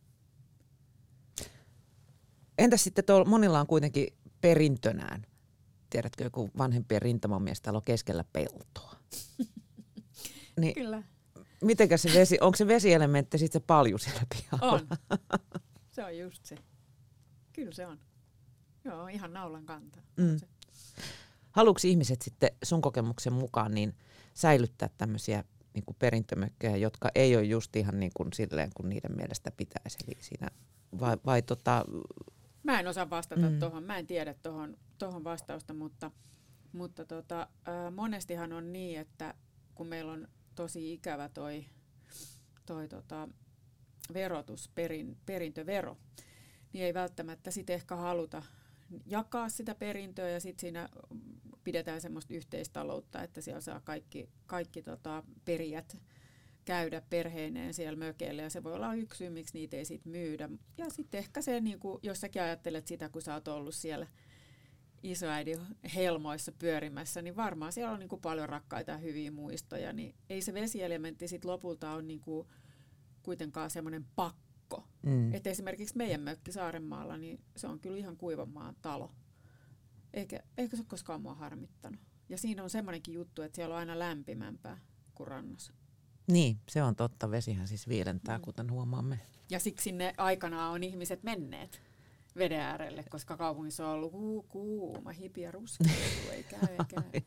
Entäs sitten tuolla, monilla on kuitenkin perintönään, tiedätkö, joku vanhempien rintamomies täällä on keskellä peltoa. Niin, kyllä. Mitenkäs se vesi, onko se vesielementti sitten se palju siellä pihalla? On. Se on just se. Kyllä se on. Joo, ihan naulan kantaa. Mm. Haluatko ihmiset sitten sun kokemuksen mukaan niin säilyttää tämmöisiä niin kuin perintömökkejä, jotka ei ole just ihan niin kuin silleen, kun niiden mielestä pitäisi? Eli siinä, vai, vai tota... Mä en osaa vastata mm. tuohon, mä en tiedä tuohon tohon vastausta, mutta, mutta tota, äh, monestihan on niin, että kun meillä on tosi ikävä toi, toi tota, verotus, perin, perintövero, niin ei välttämättä sit ehkä haluta jakaa sitä perintöä ja sitten siinä pidetään semmoista yhteistaloutta, että siellä saa kaikki, kaikki tota, perijät käydä perheineen siellä mökeillä ja se voi olla yksi syy, miksi niitä ei sit myydä. Ja sitten ehkä se, niin kun, jos säkin ajattelet sitä, kun sä oot ollut siellä isoäidin helmoissa pyörimässä, niin varmaan siellä on niin kuin paljon rakkaita ja hyviä muistoja, niin ei se vesielementti sit lopulta ole niin kuin kuitenkaan semmoinen pakko. Mm. Että esimerkiksi meidän mökki Saarenmaalla, niin se on kyllä ihan Kuivanmaan talo. Eikä, eikä se ole koskaan mua harmittanut. Ja siinä on semmoinenkin juttu, että siellä on aina lämpimämpää kuin rannassa. Niin, se on totta. Vesihän siis viilentää, mm. kuten huomaamme. Ja siksi ne aikanaan on ihmiset menneet veden äärelle, koska kaupungissa on ollut ku- kuuma, hipi ja ruskea, ei käy, ei käy.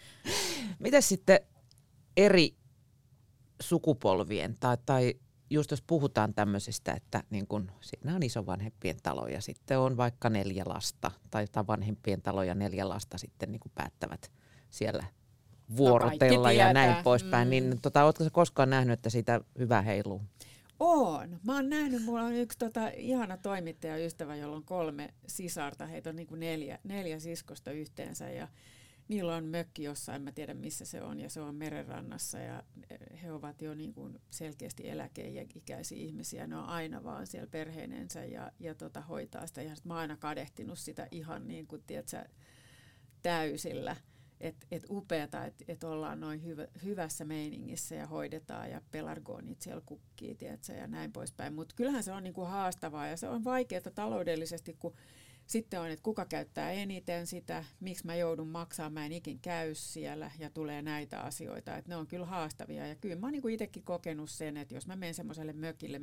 Mitäs sitten eri sukupolvien, tai, tai just jos puhutaan tämmöisistä, että niin kun, siinä on isovanhempien talo ja sitten on vaikka neljä lasta, tai, tai vanhempien talo ja neljä lasta sitten niin kun päättävät siellä vuorotella no ja näin poispäin, mm. niin tota, ootko sä koskaan nähnyt, että siitä hyvä heiluu? Oon. Mä oon nähnyt, mulla on yksi tota, ihana toimittajaystävä, jolla on kolme sisarta, heitä on niin kuin neljä, neljä siskosta yhteensä ja niillä on mökki jossain, en mä tiedä missä se on, ja se on merenrannassa ja he ovat jo niin kuin selkeästi eläkeikäisiä ihmisiä, ne on aina vaan siellä perheinensä ja, ja tota, hoitaa sitä. Ja mä oon aina kadehtinut sitä ihan niin kuin, tiedätkö, täysillä. Että et upeata, että et ollaan noin hyvä, hyvässä meiningissä ja hoidetaan ja pelargonit siellä kukkii, tiedätkö, ja näin poispäin. Mutta kyllähän se on niinku haastavaa ja se on vaikeaa taloudellisesti, kun sitten on, että kuka käyttää eniten sitä, miksi mä joudun maksamaan, mä en ikin käy siellä ja tulee näitä asioita. Että ne on kyllä haastavia ja kyllä mä oon niinku itsekin kokenut sen, että jos mä menen semmoiselle mökille,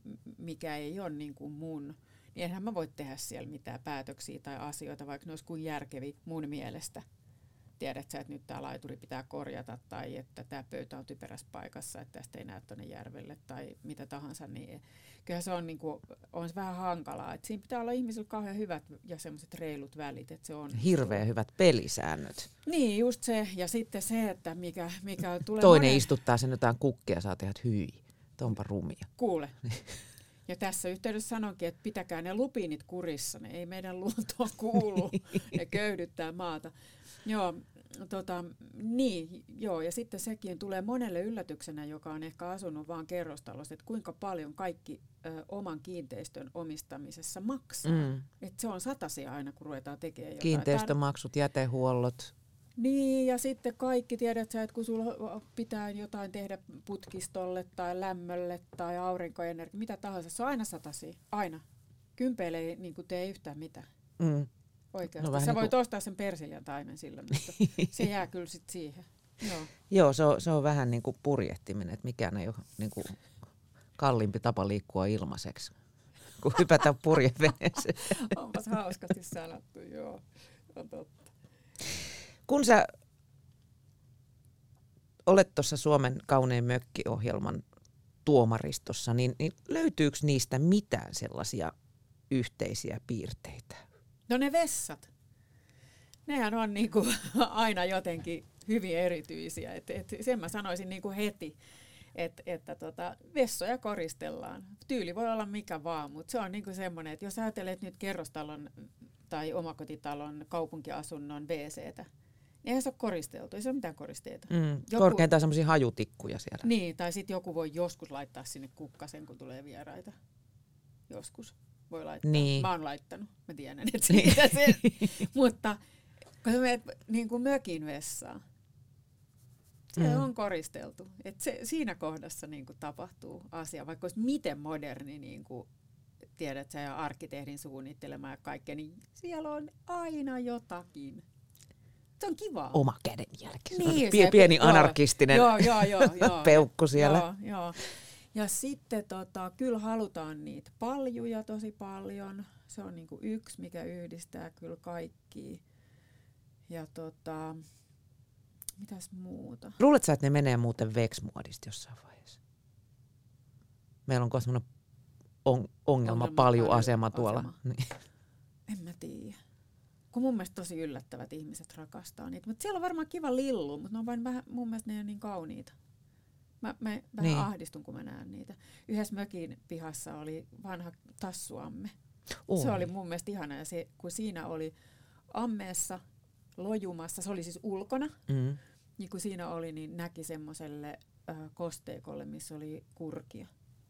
mikä ei ole niinku mun, niin enhän mä voi tehdä siellä mitään päätöksiä tai asioita, vaikka ne olisi kuin järkeviä mun mielestä. Tiedät sä, että nyt tämä laituri pitää korjata tai että tämä pöytä on typerässä paikassa, että tästä ei näe tuonne järvelle tai mitä tahansa, niin kyllä se on, niin kuin, on se vähän hankalaa. Että siinä pitää olla ihmisillä kauhean hyvät ja semmoiset reilut välit. Että se on hirveän hyvät pelisäännöt. Niin, just se. Ja sitten se, että mikä, mikä tulee toinen monen... istuttaa sen jotain kukkia ja saa tehdä, että hyi, onpa rumia. Kuule. Ja tässä yhteydessä sanonkin, että pitäkää ne lupiinit kurissa, ne ei meidän luontoon kuulu, ne köyhdyttää maata. Joo, tota, niin, joo, ja sitten sekin tulee monelle yllätyksenä, joka on ehkä asunut vaan kerrostalossa, että kuinka paljon kaikki ö, oman kiinteistön omistamisessa maksaa. Mm. Että se on satasia aina, kun ruvetaan tekemään jotain. Kiinteistömaksut, jätehuollot. Niin, ja sitten kaikki, tiedät sä, että kun sulla pitää jotain tehdä putkistolle tai lämmölle tai aurinkoenergia, mitä tahansa, se on aina satasia, aina. Kympeille ei niin tee yhtään mitään. Mm. Oikeasti. No, sä voit niin ostaa sen persiljan taimen sillä, mutta se jää kyllä sitten siihen. Joo, Joo se, on, se on vähän niin kuin purjehtiminen, että mikään ei ole niin kuin kalliimpi tapa liikkua ilmaiseksi, kuin hypätä purjeveneeseen. Onpas hauskasti sanottu, joo, on totta. Kun sä olet tuossa Suomen kaunein mökki-ohjelman tuomaristossa, niin, niin löytyykö niistä mitään sellaisia yhteisiä piirteitä? No ne vessat. Nehän on niinku aina jotenkin hyvin erityisiä. Et, et sen mä sanoisin niinku heti, että et, tota, vessoja koristellaan. Tyyli voi olla mikä vaan, mutta se on niinku semmoinen, että jos ajattelet nyt kerrostalon tai omakotitalon kaupunkiasunnon WCtä, niin eihän se ole koristeltu, ei se ole mitään koristeita. Mm, joku, korkeintaan semmoisia hajutikkuja siellä. Niin, tai sitten joku voi joskus laittaa sinne kukkasen, kun tulee vieraita. Joskus voi laittaa. Niin. Mä oon laittanut, mä tiedän, että siitä se. Mutta kun sä menet niin kuin mökin vessaan, se mm. on koristeltu. Et se, siinä kohdassa niin kuin tapahtuu asia, vaikka olisi miten moderni, niin kuin, tiedät sä, ja arkkitehdin suunnittelema ja kaikkea, niin siellä on aina jotakin. Se on kivaa. Oma kädenjälki. Niin, Pie- pieni joo, anarkistinen joo, joo, joo, joo, peukku siellä. Joo, joo. Ja sitten tota, kyllä halutaan niitä paljuja tosi paljon. Se on niinku yksi, mikä yhdistää kyllä kaikkia. Ja tota, mitäs muuta? Luuletko sä, että ne menee muuten veksmuodista jossain vaiheessa? Meillä on semmoinen on, ongelma paljuasema tuolla. Niin. En mä tiedä. Kun mun mielestä tosi yllättävät ihmiset rakastaa niitä. Mutta siellä on varmaan kiva lillu, mutta ne on vain vähän, mun mielestä ne ei ole niin kauniita. Mä, mä vähän niin. ahdistun, kun mä näen niitä. Yhdessä mökin pihassa oli vanha tassuamme. Oi. Se oli mun mielestä ihana. Ja se, kun siinä oli ammeessa lojumassa, se oli siis ulkona, mm. niin kun siinä oli, niin näki semmoiselle äh, kosteikolle, missä oli kurkia.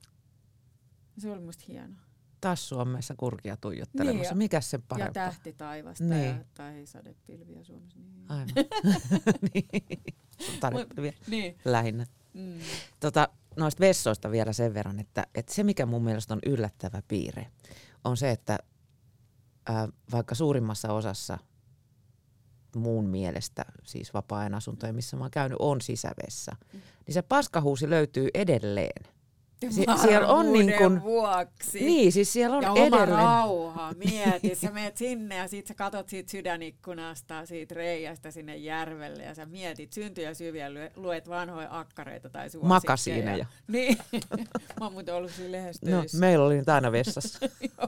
Se oli musta hienoa. Tassuammeessa kurkia tuijottelemassa. Niin, mikäs se parempaa? Ja tähti taivasta niin. ja, tai sadepilviä Suomessa. Niin. Aivan. niin. Sadepilviä niin. lähinnä. Mm. Tota, noista vessoista vielä sen verran, että, että se mikä mun mielestä on yllättävä piirre, on se, että ää, vaikka suurimmassa osassa muun mielestä, siis vapaa-ajan asuntoja, missä mä oon käynyt, on sisävessa. Niin se paskahuusi löytyy edelleen. Sie- siellä on niin kuin vuoksi. Niin, siis siellä on ja edelleen. oma rauha. Mieti, sä menet sinne ja sit sä katot siitä sydänikkunasta, siitä reiästä sinne järvelle ja sä mietit syntyjä syviä, luet vanhoja akkareita tai suosikkeja. Makasiineja. Niin. Mä oon muuten ollut siinä lehdessä No, meillä oli nyt aina vessassa.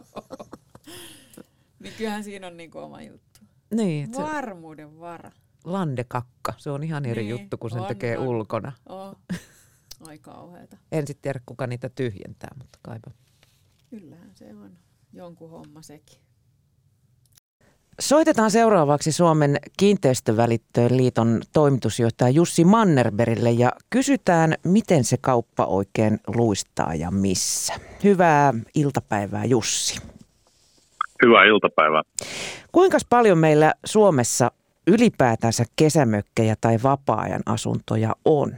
Niin kyllähän siinä on niin kuin oma juttu. Niin, se varmuuden vara. landekakka, se on ihan eri niin, juttu, kun sen on, tekee on. ulkona. Oh. Ai kauheeta. En sitten tiedä, kuka niitä tyhjentää, mutta kaipa. Kyllähän se on jonkun homma sekin. Soitetaan seuraavaksi Suomen kiinteistövälittöjen liiton toimitusjohtaja Jussi Mannerbergille ja kysytään, miten se kauppa oikein luistaa ja missä. Hyvää iltapäivää, Jussi. Hyvää iltapäivää. Kuinka paljon meillä Suomessa ylipäätänsä kesämökkejä tai vapaa-ajan asuntoja on?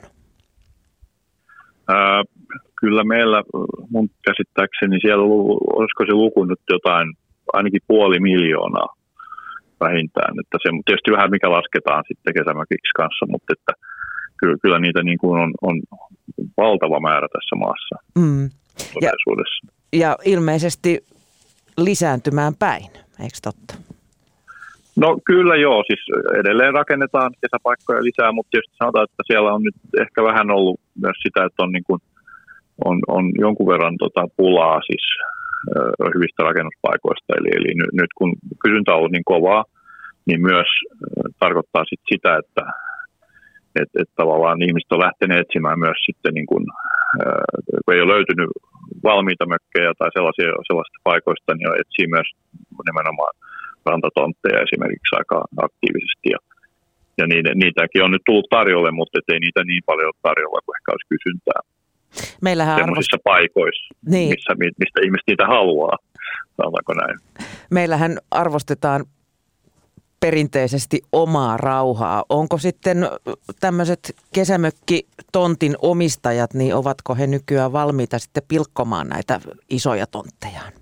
Ää, kyllä meillä, mun käsittääkseni siellä, olisiko se luku nyt jotain, ainakin puoli miljoonaa vähintään. Että se tietysti vähän mikä lasketaan sitten kesämökiksi kanssa, mutta että kyllä, kyllä niitä niin kuin on, on valtava määrä tässä maassa Mm. todellisuudessa. Ja, ja ilmeisesti lisääntymään päin, eikö totta? No kyllä joo, siis edelleen rakennetaan kesäpaikkoja lisää, mutta tietysti sanotaan, että siellä on nyt ehkä vähän ollut myös sitä, että on, niin kuin, on, on jonkun verran tota pulaa siis ö, hyvistä rakennuspaikoista. Eli, eli nyt, nyt kun kysyntä on ollut niin kovaa, niin myös ö, tarkoittaa sit sitä, että et, et tavallaan ihmiset on lähteneet etsimään myös sitten, niin kuin, ö, kun ei ole löytynyt valmiita mökkejä tai sellaisia, sellaisista paikoista, niin etsii myös nimenomaan rantatontteja esimerkiksi aika aktiivisesti. Ja, ja niitä, niitäkin on nyt tullut tarjolle, mutta ei niitä niin paljon ole tarjolla kuin ehkä olisi kysyntää. Meillähän sellaisissa arvost... paikoissa, niin. missä, mistä ihmiset niitä haluaa. Sanotaanko näin? Meillähän arvostetaan perinteisesti omaa rauhaa. Onko sitten tämmöiset kesämökkitontin omistajat, niin ovatko he nykyään valmiita sitten pilkkomaan näitä isoja tonttejaan?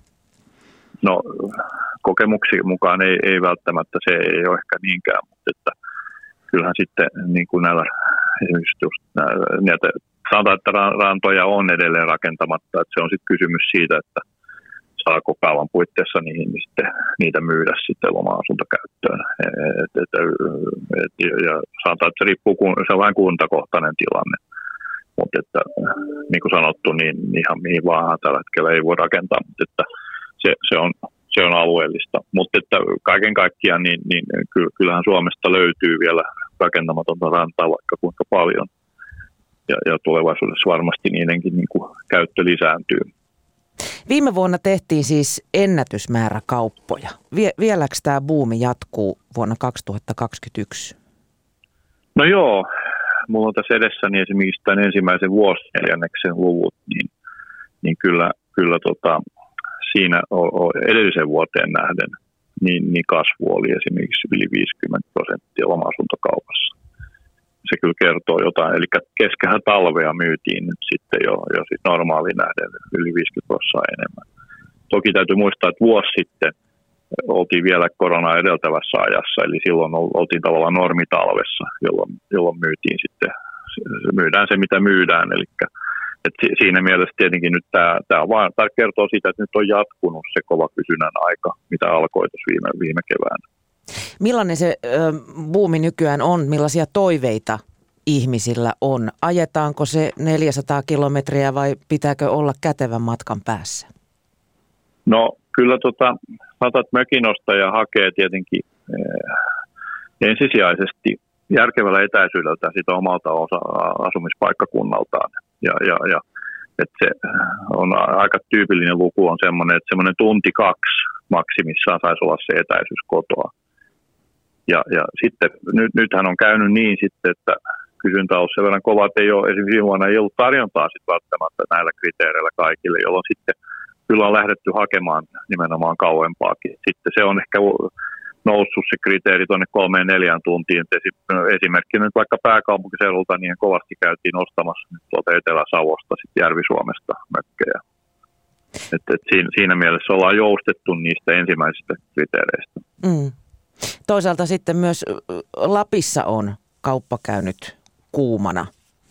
No kokemuksien mukaan ei, ei välttämättä, se ei ole ehkä niinkään, mutta että kyllähän sitten niin kuin näillä, just näillä näitä, sanotaan, että rantoja on edelleen rakentamatta, että se on sitten kysymys siitä, että saako kauan puitteissa niihin, niin sitten, niitä myydä sitten loma-asuntokäyttöön. Et, et, et, ja sanotaan, että se riippuu, se on vähän kuntakohtainen tilanne, mutta että niin kuin sanottu, niin ihan mihin vaan tällä hetkellä ei voi rakentaa, mutta että se, se on Se on alueellista, mutta että kaiken kaikkiaan niin, niin kyllähän Suomesta löytyy vielä rakentamatonta rantaa vaikka kuinka paljon. Ja, ja tulevaisuudessa varmasti niidenkin niin kuin käyttö lisääntyy. Viime vuonna tehtiin siis ennätysmäärä kauppoja. Vie, vieläkö tämä buumi jatkuu vuonna kaksituhattakaksikymmentäyksi? No joo, mulla on tässä edessäni esimerkiksi tämän ensimmäisen vuosineljänneksen luvut, niin, niin kyllä, kyllä tota, siinä edellisen vuoteen nähden niin, niin kasvu oli esimerkiksi yli viisikymmentä prosenttia loma-asuntokaupassa. Se kyllä kertoo jotain. Eli keskellä talvea myytiin nyt sitten jo, jo siis normaaliin nähden yli viisikymmentä prosenttia enemmän. Toki täytyy muistaa, että vuosi sitten oltiin vielä koronaa edeltävässä ajassa, eli silloin oltiin tavallaan normitalvessa, jolloin, jolloin myytiin sitten, myydään se mitä myydään, eli et siinä mielessä tietenkin nyt tämä, tämä, vaan, tämä kertoo siitä, että nyt on jatkunut se kova kysynnän aika, mitä alkoi tuossa viime, viime keväänä. Millainen se ö, buumi nykyään on? Millaisia toiveita ihmisillä on? Ajetaanko se neljäsataa kilometriä vai pitääkö olla kätevän matkan päässä? No kyllä tota, sanotaan, että mökinostaja hakee tietenkin eh, ensisijaisesti järkevällä etäisyydeltä sitä omalta osa, asumispaikkakunnaltaan. Ja, ja, ja että se on aika tyypillinen luku on semmoinen, että semmoinen tunti kaksi maksimissaan saisi olla se etäisyys kotoa. Ja, ja sitten nyt, nythän on käynyt niin sitten, että kysyntä on ollut sen verran kova, että ei ole, esimerkiksi viime vuonna ei ollut tarjontaa sitten välttämättä näillä kriteereillä kaikille, jolloin sitten kyllä on lähdetty hakemaan nimenomaan kauempaakin. Sitten se on ehkä noussut se kriteeri tuonne kolmeen neljään tuntiin. Esimerkkinä nyt vaikka pääkaupunkiseudulta niin kovasti käytiin ostamassa nyt tuolta Etelä-Savosta, sitten Järvi-Suomesta mökkejä. Et, et siinä, siinä mielessä ollaan joustettu niistä ensimmäisistä kriteereistä. Mm. Toisaalta sitten myös Lapissa on kauppa käynyt kuumana.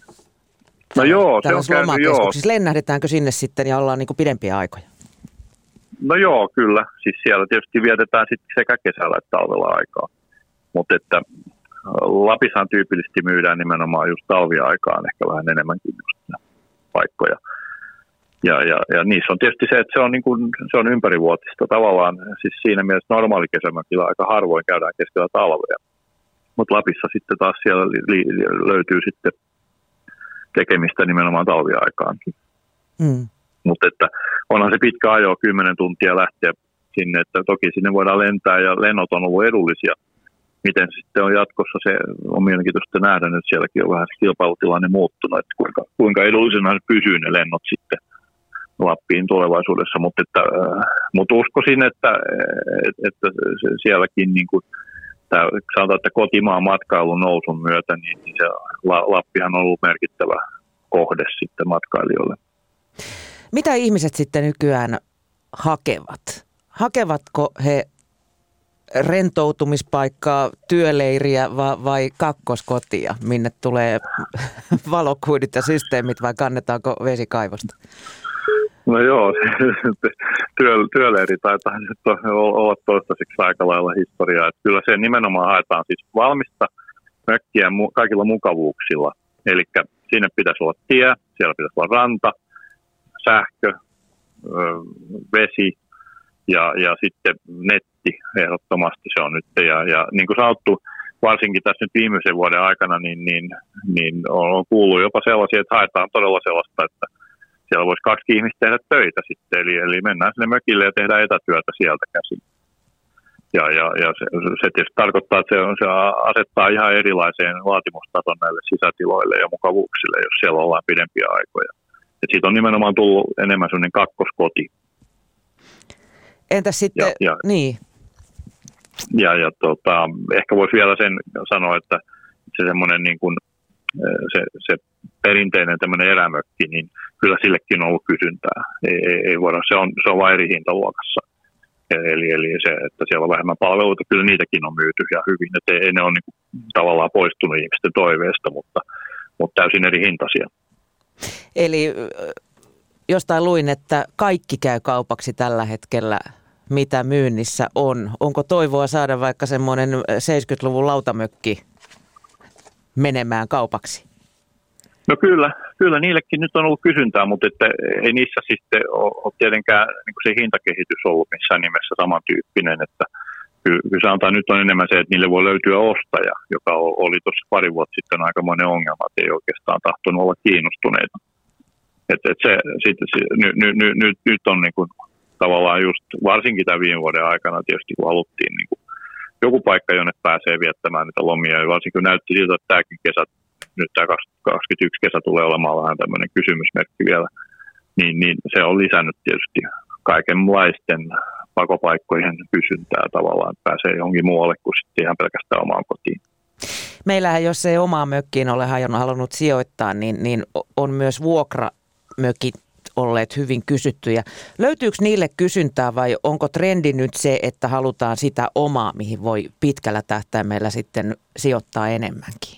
No joo, se on käynyt, joo. Lennähdetäänkö sinne sitten ja ollaan niin kuin pidempiä aikoja? No joo, kyllä. Siis siellä tietysti vietetään sitten sekä kesällä että talvella aikaa. Mutta että Lapissahan tyypillisesti myydään nimenomaan just talviaikaan ehkä vähän enemmänkin just paikkoja. Ja, ja, ja niissä on tietysti se, että se on, niin kuin, se on ympärivuotista tavallaan. Siis siinä mielessä normaali kesämökillä aika harvoin käydään keskellä talvea. Mutta Lapissa sitten taas siellä li, li, löytyy sitten tekemistä nimenomaan talviaikaankin. Mm. Mutta että onhan se pitkä ajo, kymmenen tuntia lähteä sinne, että toki sinne voidaan lentää ja lennot on ollut edullisia. Miten se sitten on jatkossa, se on mielenkiintoista nähdä, että sielläkin on vähän se kilpailutilanne muuttunut, että kuinka, kuinka edullisena se pysyy ne lennot sitten Lappiin tulevaisuudessa. Mutta, että, mutta uskoisin, että, että sielläkin niin kuin, tämä, sanotaan, että kotimaan matkailun nousun myötä, niin se Lappihan on ollut merkittävä kohde sitten matkailijoille. Mitä ihmiset sitten nykyään hakevat? Hakevatko he rentoutumispaikkaa, työleiriä vai, vai kakkoskotia, minne tulee valokuidit ja systeemit vai kannetaanko vesikaivosta? No joo, työ, työleiri taitaa nyt olla toistaiseksi aika lailla historiaa. Että kyllä se nimenomaan haetaan siis valmista mökkiä kaikilla mukavuuksilla. Eli siinä pitäisi olla tie, siellä pitäisi olla ranta, sähkö, vesi ja, ja sitten netti ehdottomasti se on nyt. Ja, ja niin kuin sanottu, varsinkin tässä nyt viimeisen vuoden aikana, niin, niin, niin on kuullut jopa sellaisia, että haetaan todella sellaista, että siellä voisi kaksi ihmistä tehdä töitä sitten, eli, eli mennään sinne mökille ja tehdään etätyötä sieltä käsin. Ja, ja, ja se, se tietysti tarkoittaa, että se, se asettaa ihan erilaiseen vaatimustason näille sisätiloille ja mukavuuksille, jos siellä ollaan pidempiä aikoja. Et siitä on nimenomaan tullut enemmän sellainen kakkoskoti. Entäs sitten, ja, ja, niin? Ja, ja tota, ehkä voisi vielä sen sanoa, että se semmoinen niin kuin, se, se perinteinen tämmöinen erämökki, niin kyllä sillekin on ollut kysyntää. Ei, ei, ei voida, se, on, se on vain eri hintaluokassa. Eli, eli se, että siellä on vähemmän palveluita, kyllä niitäkin on myyty ja hyvin. Että ei ne ole niin kuin, tavallaan poistunut ihmisten toiveesta, mutta, mutta täysin eri hintaisia. Eli jostain luin, että kaikki käy kaupaksi tällä hetkellä, mitä myynnissä on. Onko toivoa saada vaikka semmoinen seitsemänkymmentäluvun lautamökki menemään kaupaksi? No kyllä, kyllä niillekin nyt on ollut kysyntää, mutta että ei niissä sitten ole tietenkään niin kuin se hintakehitys ollut missään nimessä samantyyppinen, että kyllä sanotaan nyt on enemmän se, että niille voi löytyä ostaja, joka oli tuossa pari vuotta sitten aikamoinen ongelma, että ei oikeastaan tahtonut olla kiinnostuneita. Että et se, sit, nyt, nyt, nyt, nyt on niin kuin, tavallaan just varsinkin tämän viime vuoden aikana tietysti kun haluttiin niin kuin, joku paikka, jonne pääsee viettämään niitä lomia, ja varsinkin kun näytti siltä, että tämäkin kesä, nyt tämä kaksikymmentäyksi kesä tulee olemaan vähän tämmöinen kysymysmerkki vielä, niin, niin se on lisännyt tietysti kaikenlaisten pakopaikkojen kysyntää tavallaan, että pääsee johonkin muualle kuin sitten ihan pelkästään omaan kotiin. Meillähän, jos ei omaan mökkiin ole halunnut sijoittaa, niin, niin on myös vuokramökit olleet hyvin kysyttyjä. Löytyykö niille kysyntää vai onko trendi nyt se, että halutaan sitä omaa, mihin voi pitkällä tähtäimellä sitten sijoittaa enemmänkin?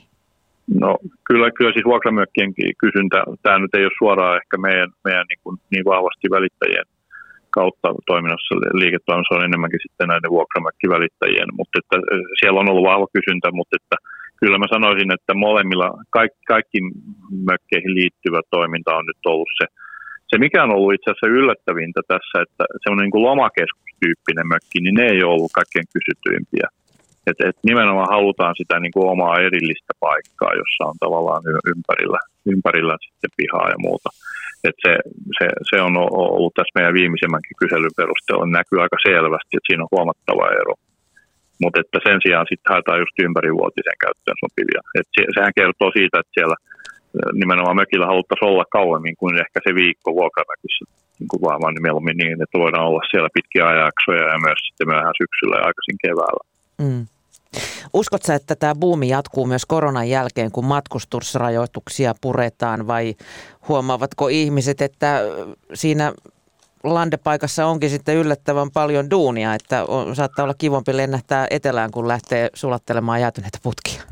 No kyllä, kyllä siis vuokramökkien kysyntä, tämä nyt ei ole suoraan ehkä meidän, meidän niin, kuin niin vahvasti välittäjien kautta toiminnassa, liiketoiminnassa on enemmänkin sitten näiden vuokramökkivälittäjien, mutta että siellä on ollut vahva kysyntä, mutta että kyllä mä sanoisin, että molemmilla kaikki, kaikki mökkeihin liittyvä toiminta on nyt ollut se, se mikä on ollut itse asiassa yllättävintä tässä, että semmoinen niin kuin lomakeskustyyppinen mökki, niin ne ei ole ollut kaikkein kysytyimpiä. Et, et nimenomaan halutaan sitä niin kuin omaa erillistä paikkaa, jossa on tavallaan ympärillä, ympärillä sitten pihaa ja muuta. Et se, se, se on ollut tässä meidän viimeisemmänkin kyselyn perusteella, näkyy aika selvästi, että siinä on huomattava ero. Mutta että sen sijaan sitten haetaan just ympärivuotisen käyttöön sopivia. Et se, sehän kertoo siitä, että siellä nimenomaan mökillä haluttaisiin olla kauemmin kuin ehkä se viikko vuokramökissä, niin kuin vaan, vaan mieluummin niin, että voidaan olla siellä pitkiä ajanjaksoja ja myös sitten myöhään syksyllä ja aikaisin keväällä. Mm. Uskotko sä, että tämä buumi jatkuu myös koronan jälkeen, kun matkustusrajoituksia puretaan vai huomaavatko ihmiset, että siinä landepaikassa onkin sitten yllättävän paljon duunia, että on, saattaa olla kivompi lennähtää etelään, kun lähtee sulattelemaan jäätyneitä putkia?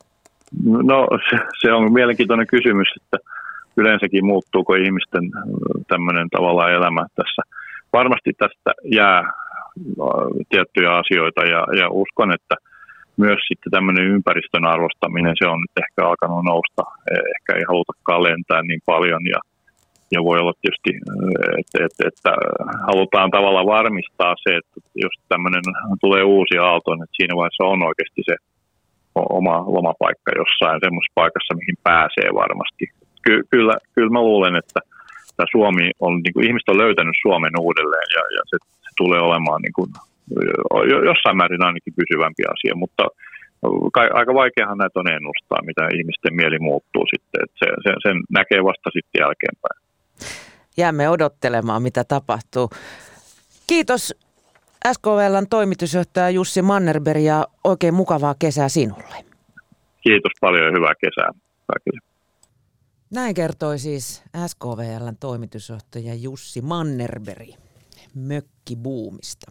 No se, se on mielenkiintoinen kysymys, että yleensäkin muuttuuko ihmisten tämmöinen tavallaan elämä tässä. Varmasti tästä jää tiettyjä asioita ja, ja uskon, että myös sitten tämmöinen ympäristön arvostaminen, se on nyt ehkä alkanut nousta. Ehkä ei halutakaan lentää niin paljon ja, ja voi olla tietysti, että, että, että halutaan tavallaan varmistaa se, että jos tämmöinen tulee uusi aalto, että siinä vaiheessa on oikeasti se oma lomapaikka jossain semmoisessa paikassa, mihin pääsee varmasti. Ky- kyllä, kyllä mä luulen, että tämä Suomi on, niin kuin, ihmiset on löytänyt Suomen uudelleen ja, ja se, se tulee olemaan niin kuin, jossain määrin ainakin pysyvämpi asia, mutta aika vaikeahan näitä on ennustaa, mitä ihmisten mieli muuttuu sitten. Että se, se, sen näkee vasta sitten jälkeenpäin. Jäämme odottelemaan, mitä tapahtuu. Kiitos S K V L:n toimitusjohtaja Jussi Mannerberg ja oikein mukavaa kesää sinulle. Kiitos paljon ja hyvää kesää kaikille. Näin kertoi siis S K V L:n toimitusjohtaja Jussi Mannerberg mökkibuumista.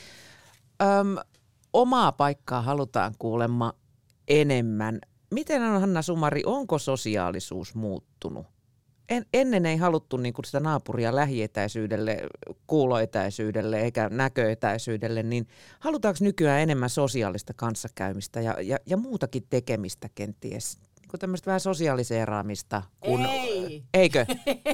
Öm, omaa paikkaa halutaan kuulemma enemmän. Miten on, Hanna Sumari, onko sosiaalisuus muuttunut? En, ennen ei haluttu niin kuin sitä naapuria lähietäisyydelle, kuuloetäisyydelle eikä näköetäisyydelle, niin halutaanko nykyään enemmän sosiaalista kanssakäymistä ja, ja, ja muutakin tekemistä kenties? Niin tämmöistä vähän sosiaaliseeraamista. Kun, Ei. Eikö?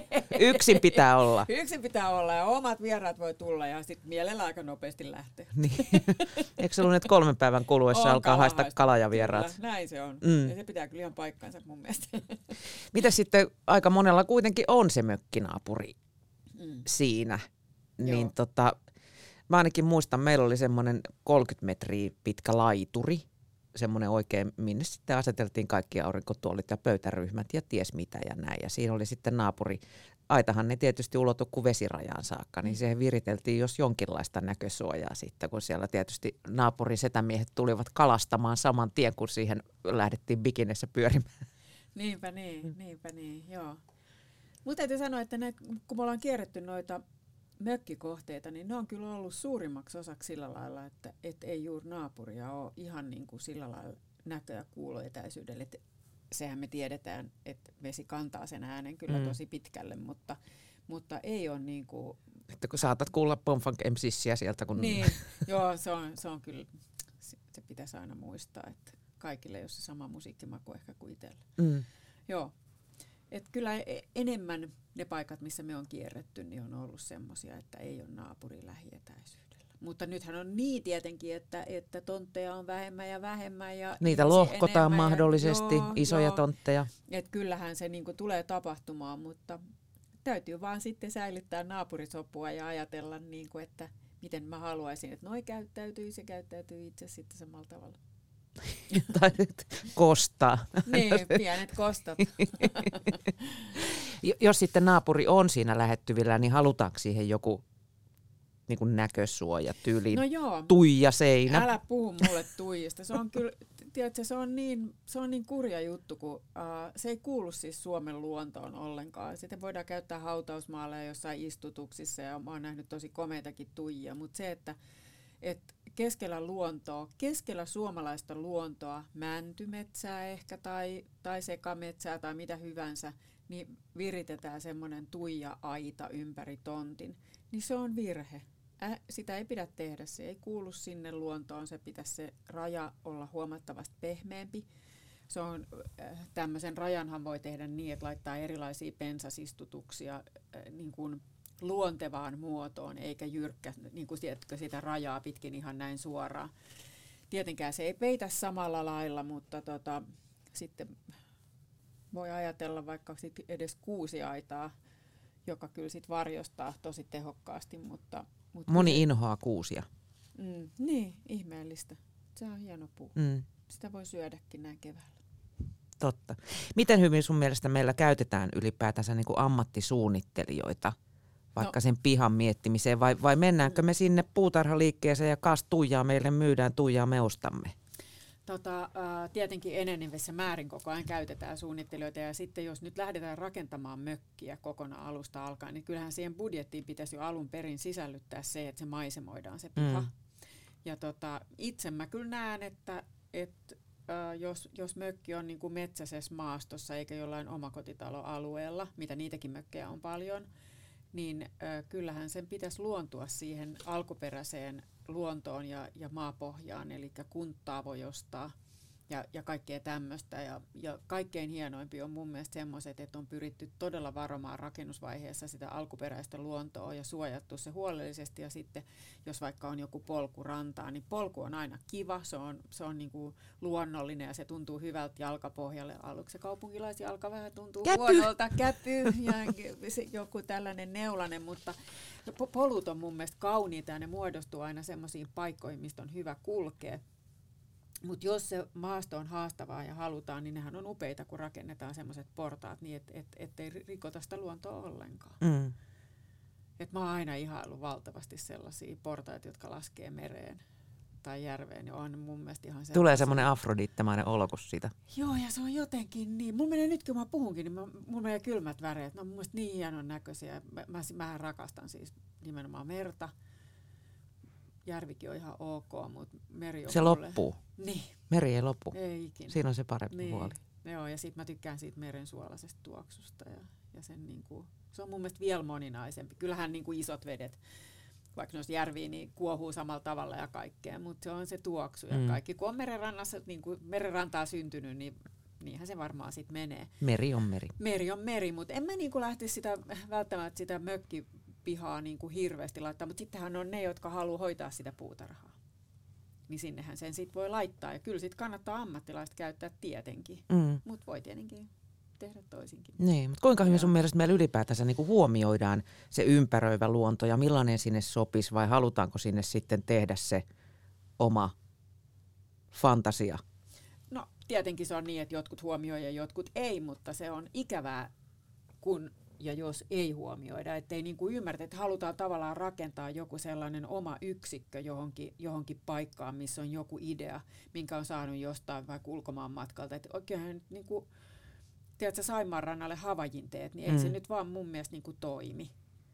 Yksin pitää olla. Yksin pitää olla ja omat vieraat voi tulla ja sitten mielellä aika nopeasti lähtee. Niin. Eikö se ollut, että kolmen päivän kuluessa on alkaa haista kalajavieraat? Kyllä, näin se on. Mm. Ja se pitää kyllä ihan paikkansa mun mielestä. Mitä sitten aika monella kuitenkin on se mökkinaapuri Mm. siinä? Niin Joo. tota, mä ainakin muistan, meillä oli semmoinen kolmekymmentä metriä pitkä laituri. Semmoinen oikein, minne sitten aseteltiin kaikki aurinkotuolit ja pöytäryhmät ja ties mitä ja näin. Ja siinä oli sitten naapuri, aitahan ne tietysti ulotu kuin vesirajaan saakka, niin siihen viriteltiin jos jonkinlaista näkösuojaa sitten, kun siellä tietysti naapurin setämiehet tulivat kalastamaan saman tien, kun siihen lähdettiin bikinessä pyörimään. Niinpä niin, niinpä niin, joo. Mutta täytyy sanoa, että ne, kun me ollaan kierretty noita mökkikohteita, niin ne on kyllä ollut suurimmaksi osaksi sillä lailla, että et ei juuri naapuria ole ihan niin kuin sillä lailla näkö- ja kuuloetäisyydelle. Et sehän me tiedetään, että vesi kantaa sen äänen kyllä mm. tosi pitkälle, mutta, mutta ei ole niin kuin... Että kun saatat kuulla Pomfunk M C:siä sieltä, kun... Niin, joo, se on, se on kyllä, se, se pitäisi aina muistaa, että kaikille ei ole se sama musiikkimaku ehkä kuin itsellä. Mm. Joo. Et kyllä enemmän ne paikat, missä me on kierretty, niin on ollut semmoisia, että ei ole naapuri lähietäisyydellä. Mutta nythän on niin tietenkin, että, että tontteja on vähemmän ja vähemmän. Ja niitä lohkotaan mahdollisesti, ja, joo, isoja joo. tontteja. Et kyllähän se niinku tulee tapahtumaan, mutta täytyy vaan sitten säilyttää naapurisopua ja ajatella, niinku, että miten mä haluaisin, että noi käyttäytyy, se käyttäytyy itse sitten samalla tavalla. Tai kostaa. Niin, pienet kostot. Jos sitten naapuri on siinä lähettyvillä, niin halutaanko siihen joku niin kuin näkösuoja, tyyliin no joo. tuija seinä? Älä puhu mulle tuijista. Se on kyllä, tiedätkö, se on niin, se on niin kurja juttu, kun uh, se ei kuulu siis Suomen luontoon ollenkaan. Sitä voidaan käyttää hautausmaalla ja jossain istutuksissa ja mä oon nähnyt tosi komeitakin tuijia, mutta se, että et keskellä luontoa, keskellä suomalaista luontoa, mäntymetsää ehkä tai, tai sekametsää tai mitä hyvänsä, niin viritetään semmoinen tuija-aita ympäri tontin, niin se on virhe. Äh, sitä ei pidä tehdä, se ei kuulu sinne luontoon, se pitäisi se raja olla huomattavasti pehmeämpi. Se on, äh, tämmöisen rajanhan voi tehdä niin, että laittaa erilaisia pensasistutuksia äh, niin kuin luontevaan muotoon, eikä jyrkkä, niin kuin tiedätkö, sitä rajaa pitkin ihan näin suoraan. Tietenkään se ei peitä samalla lailla, mutta tota, sitten voi ajatella vaikka sit edes kuusiaitaa, joka kyllä sit varjostaa tosi tehokkaasti. Mutta, mutta Moni se, inhoaa kuusia. Mm, niin, ihmeellistä. Se on hieno puu. Mm. Sitä voi syödäkin näin keväällä. Totta. Miten hyvin sun mielestä meillä käytetään ylipäätänsä niin kuin ammattisuunnittelijoita vaikka no. sen pihan miettimiseen, vai, vai mennäänkö me sinne puutarhaliikkeeseen ja kas tuijaa meille myydään, tuijaa me ostamme? Tota, ää, tietenkin enenevissä määrin koko ajan käytetään suunnittelijoita, ja sitten jos nyt lähdetään rakentamaan mökkiä kokonaan alusta alkaen, niin kyllähän siihen budjettiin pitäisi jo alun perin sisällyttää se, että se maisemoidaan se piha. Mm. Ja tota, itse mä kyllä näen, että et, ää, jos, jos mökki on niin kuin metsäisessä maastossa eikä jollain omakotitaloalueella, mitä niitäkin mökkejä on paljon, niin ää, kyllähän sen pitäisi luontua siihen alkuperäiseen luontoon ja, ja maapohjaan, eli kunttaa voi ostaa ja, ja kaikkea tämmöistä. Ja, ja kaikkein hienoimpi on mun mielestä semmoiset, että on pyritty todella varomaan rakennusvaiheessa sitä alkuperäistä luontoa ja suojattu se huolellisesti. Ja sitten jos vaikka on joku polku rantaan, niin polku on aina kiva, se on, se on niin kuin luonnollinen ja se tuntuu hyvältä jalkapohjalle. Aluksi se kaupunkilaisjalka vähän tuntuu käpy. huonolta, käpy ja joku tällainen neulainen, mutta polut on mun mielestä kauniita ja ne muodostuu aina semmoisiin paikkoihin, mistä on hyvä kulkea. Mutta jos se maasto on haastavaa ja halutaan, niin nehän on upeita, kun rakennetaan semmoiset portaat niin, että et, ettei rikota sitä luontoa ollenkaan. Mm. Et mä oon aina ihaillut valtavasti sellaisia portaita, jotka laskee mereen tai järveen. Ja on mun mielestä ihan tulee semmoinen afrodiittemainen olo siitä. Joo, ja se on jotenkin niin. Mun menee nyt, kun mä puhunkin, niin mä, mun menee kylmät väreet. Ne on mun mielestä niin hienon näköisiä. Mä, mä, mähän rakastan siis nimenomaan merta. Järvikin on ihan ok, mutta meri on se mulle loppuu. Niin. Meri ei loppu. Ei ikinä. Siinä on se parempi niin. puoli. Joo, ja sit mä tykkään siitä meren suolaisesta tuoksusta. Ja, ja sen niinku, se on mun mielestä vielä moninaisempi. Kyllähän niinku isot vedet, vaikka ne olisi järviä, niin kuohuu samalla tavalla ja kaikkea, mutta se on se tuoksu ja mm. kaikki. Kun on merenrannassa, niin kuin merenrantaa syntynyt, niin niinhän se varmaan sitten menee. Meri on meri. Meri on meri, mutta en mä niinku lähtisi sitä, välttämättä sitä mökkipihaa niinku hirveästi laittaa, mutta sittenhän on ne, jotka haluaa hoitaa sitä puutarhaa. Niin sinnehän sen sitten voi laittaa. Ja kyllä sitten kannattaa ammattilaiset käyttää tietenkin, mm. mutta voi tietenkin tehdä toisinkin. Niin, mutta kuinka hyvin sun mielestä meillä ylipäätänsä niinku huomioidaan se ympäröivä luonto ja millainen sinne sopisi vai halutaanko sinne sitten tehdä se oma fantasia? No tietenkin se on niin, että jotkut huomioi ja jotkut ei, mutta se on ikävää, kun ja jos ei huomioida, ettei niinku ymmärrä, että halutaan tavallaan rakentaa joku sellainen oma yksikkö johonkin, johonkin paikkaan, missä on joku idea, minkä on saanut jostain vaikka ulkomaan matkalta. Että oikein niinku, tiedätkö, Saimaan rannalle Havajin teet, niin ei mm. se nyt vaan mun mielestä niinku toimi.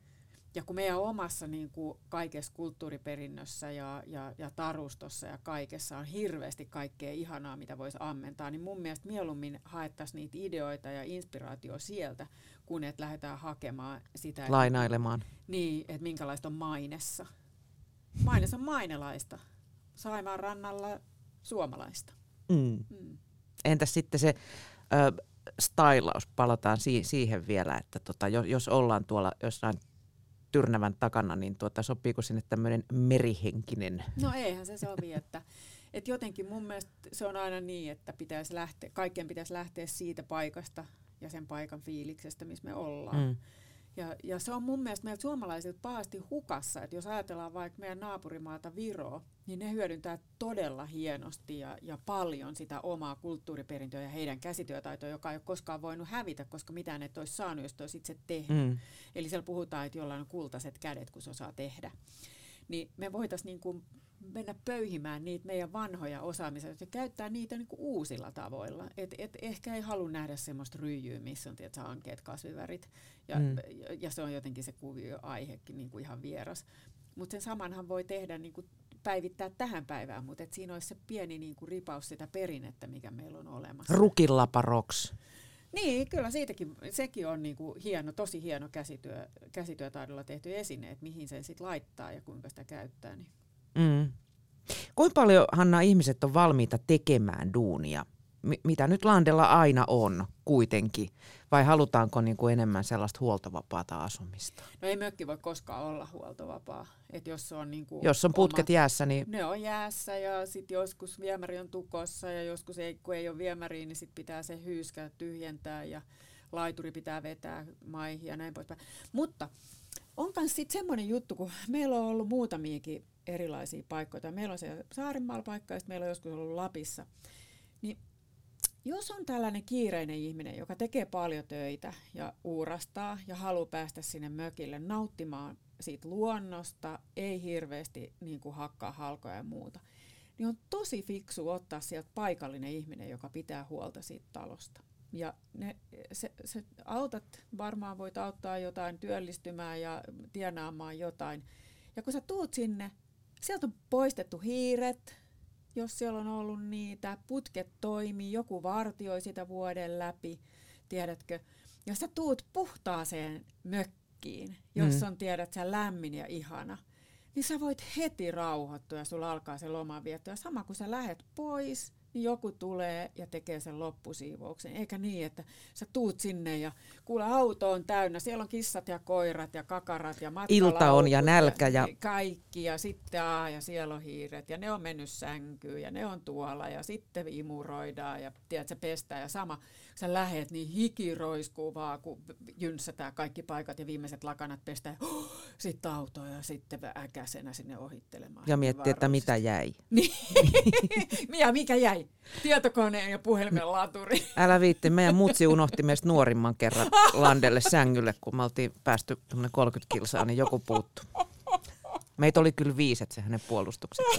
Ja kun meidän omassa niin kuin kaikessa kulttuuriperinnössä ja, ja, ja tarustossa ja kaikessa on hirveästi kaikkea ihanaa, mitä voisi ammentaa, niin mun mielestä mieluummin haettaisiin niitä ideoita ja inspiraatio sieltä, kun et lähdetään hakemaan sitä. Lainailemaan. Että, niin, että minkälaista on mainessa. Maines on mainelaista. Saimaan rannalla suomalaista. Mm. Mm. Entäs sitten se ö, stylaus, palataan si- siihen vielä, että tota, jos, jos ollaan tuolla jossain Tyrnävän takana, niin tuota, sopiiko sinne tämmöinen merihenkinen? No eihän se sovi, että, että jotenkin mun mielestä se on aina niin, että pitäisi lähteä, kaikkien pitäisi lähteä siitä paikasta ja sen paikan fiiliksestä, missä me ollaan. Mm. Ja, ja se on mun mielestä meiltä suomalaisilta pahasti hukassa, että jos ajatellaan vaikka meidän naapurimaata Viroa, niin ne hyödyntää todella hienosti ja, ja paljon sitä omaa kulttuuriperintöä ja heidän käsityötaitoa, joka ei ole koskaan voinut hävitä, koska mitään et olisi saanut, jos olisi itse tehnyt. Mm. Eli siellä puhutaan, että jollain on kultaiset kädet, kun se osaa tehdä. Niin me voitaisiin niin kuin mennä pöyhimään niitä meidän vanhoja osaamisia ja käyttää niitä niin kuin uusilla tavoilla. Et, et ehkä ei halua nähdä semmoista ryijyä, missä on tietysti ankeat kasvivärit ja, mm. ja, ja se on jotenkin se kuvio-aihekin niin kuin ihan vieras. Mutta sen samanhan voi tehdä niin kuin päivittää tähän päivään, mutta siinä olisi se pieni niin kuin ripaus sitä perinnettä, mikä meillä on olemassa. Rukillaparoks. Niin, kyllä siitäkin, sekin on niin kuin hieno, tosi hieno käsityö, käsityötaidolla tehty esine, että mihin sen sitten laittaa ja kuinka sitä käyttää. Niin. Mm. Kuinka paljon, Hanna, ihmiset on valmiita tekemään duunia, M- mitä nyt Landella aina on kuitenkin, vai halutaanko niin kuin enemmän sellaista huoltovapaata asumista? No ei mökki voi koskaan olla huoltovapaa. Et jos, on niin kuin jos on putket oma, jäässä, niin... Ne on jäässä ja sitten joskus viemäri on tukossa ja joskus ei, kun ei ole viemäriä, niin sitten pitää se hyyskä tyhjentää ja laituri pitää vetää maihin ja näin poispäin. Mutta on myös sitten semmoinen juttu, kun meillä on ollut muutamiakin erilaisia paikkoja. Meillä on se Saarenmaalla paikka ja sitten meillä on joskus ollut Lapissa. Niin jos on tällainen kiireinen ihminen, joka tekee paljon töitä ja uurastaa ja haluaa päästä sinne mökille nauttimaan siitä luonnosta, ei hirveästi niin kuin hakkaa halkoja ja muuta, niin on tosi fiksu ottaa sieltä paikallinen ihminen, joka pitää huolta siitä talosta. Ja ne, se, se autat, varmaan voit auttaa jotain työllistymään ja tienaamaan jotain. Ja kun sä tuut sinne, sieltä on poistettu hiiret, jos siellä on ollut niitä, putket toimii, joku vartioi sitä vuoden läpi, tiedätkö. Ja sä tuut puhtaaseen mökkiin, jos on, tiedät sä, lämmin ja ihana, niin sä voit heti rauhoittua ja sulla alkaa se lomanvietto. Ja sama kun sä lähet pois, niin joku tulee ja tekee sen loppusiivouksen. Eikä niin, että sä tuut sinne ja kuule, auto on täynnä, siellä on kissat ja koirat ja kakarat ja matkalaukut. Ilta on ja nälkä. Ja, ja kaikki ja sitten aa, ja siellä on hiiret ja ne on mennyt sänkyyn ja ne on tuolla ja sitten imuroidaan ja tiedätkö, pestään ja sama. Sä lähet, niin hiki roiskuu vaan, kun jynssätään kaikki paikat ja viimeiset lakanat pestään. Oh, sitten auto ja sitten äkäisenä sinne ohittelemaan. Ja miettii, että mitä jäi. Ja mikä jäi? Tietokoneen ja puhelimen laturi. Älä viitti, meidän mutsi unohti meistä nuorimman kerran landelle sängylle, kun me oltiin päästy kolmekymmentä kilsaa, niin joku puuttu. Meitä oli kyllä viiset se hänen puolustuksensa.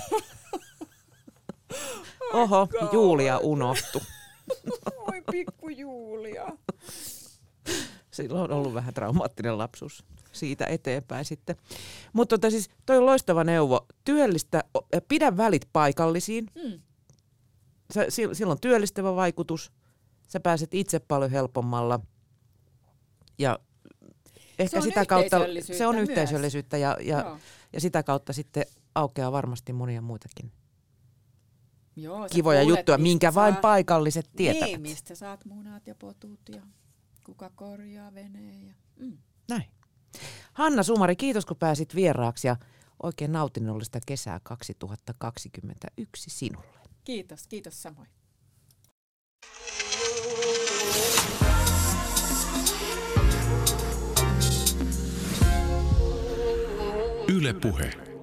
Oho, Julia unohtui. Oi pikku Julia. Sillä on ollut vähän traumaattinen lapsuus siitä eteenpäin sitten. Mutta tota siis toi on loistava neuvo. Työllistä, pidä välit paikallisiin. Mm. Sä, sillä on työllistävä vaikutus. Sä pääset itse paljon helpommalla. Ja ehkä sitä kautta se on yhteisöllisyyttä ja, ja, ja sitä kautta sitten aukeaa varmasti monia muitakin. Joo, kivoja kuulet, juttuja, minkä saa, vain paikalliset tietävät. Niin, mistä saat munat ja potut ja kuka korjaa veneen. Ja, mm. Näin. Hanna Sumari, kiitos kun pääsit vieraaksi ja oikein nautinnollista kesää kaksituhattakaksikymmentäyksi sinulle. Kiitos, kiitos samoin. Yle Puhe.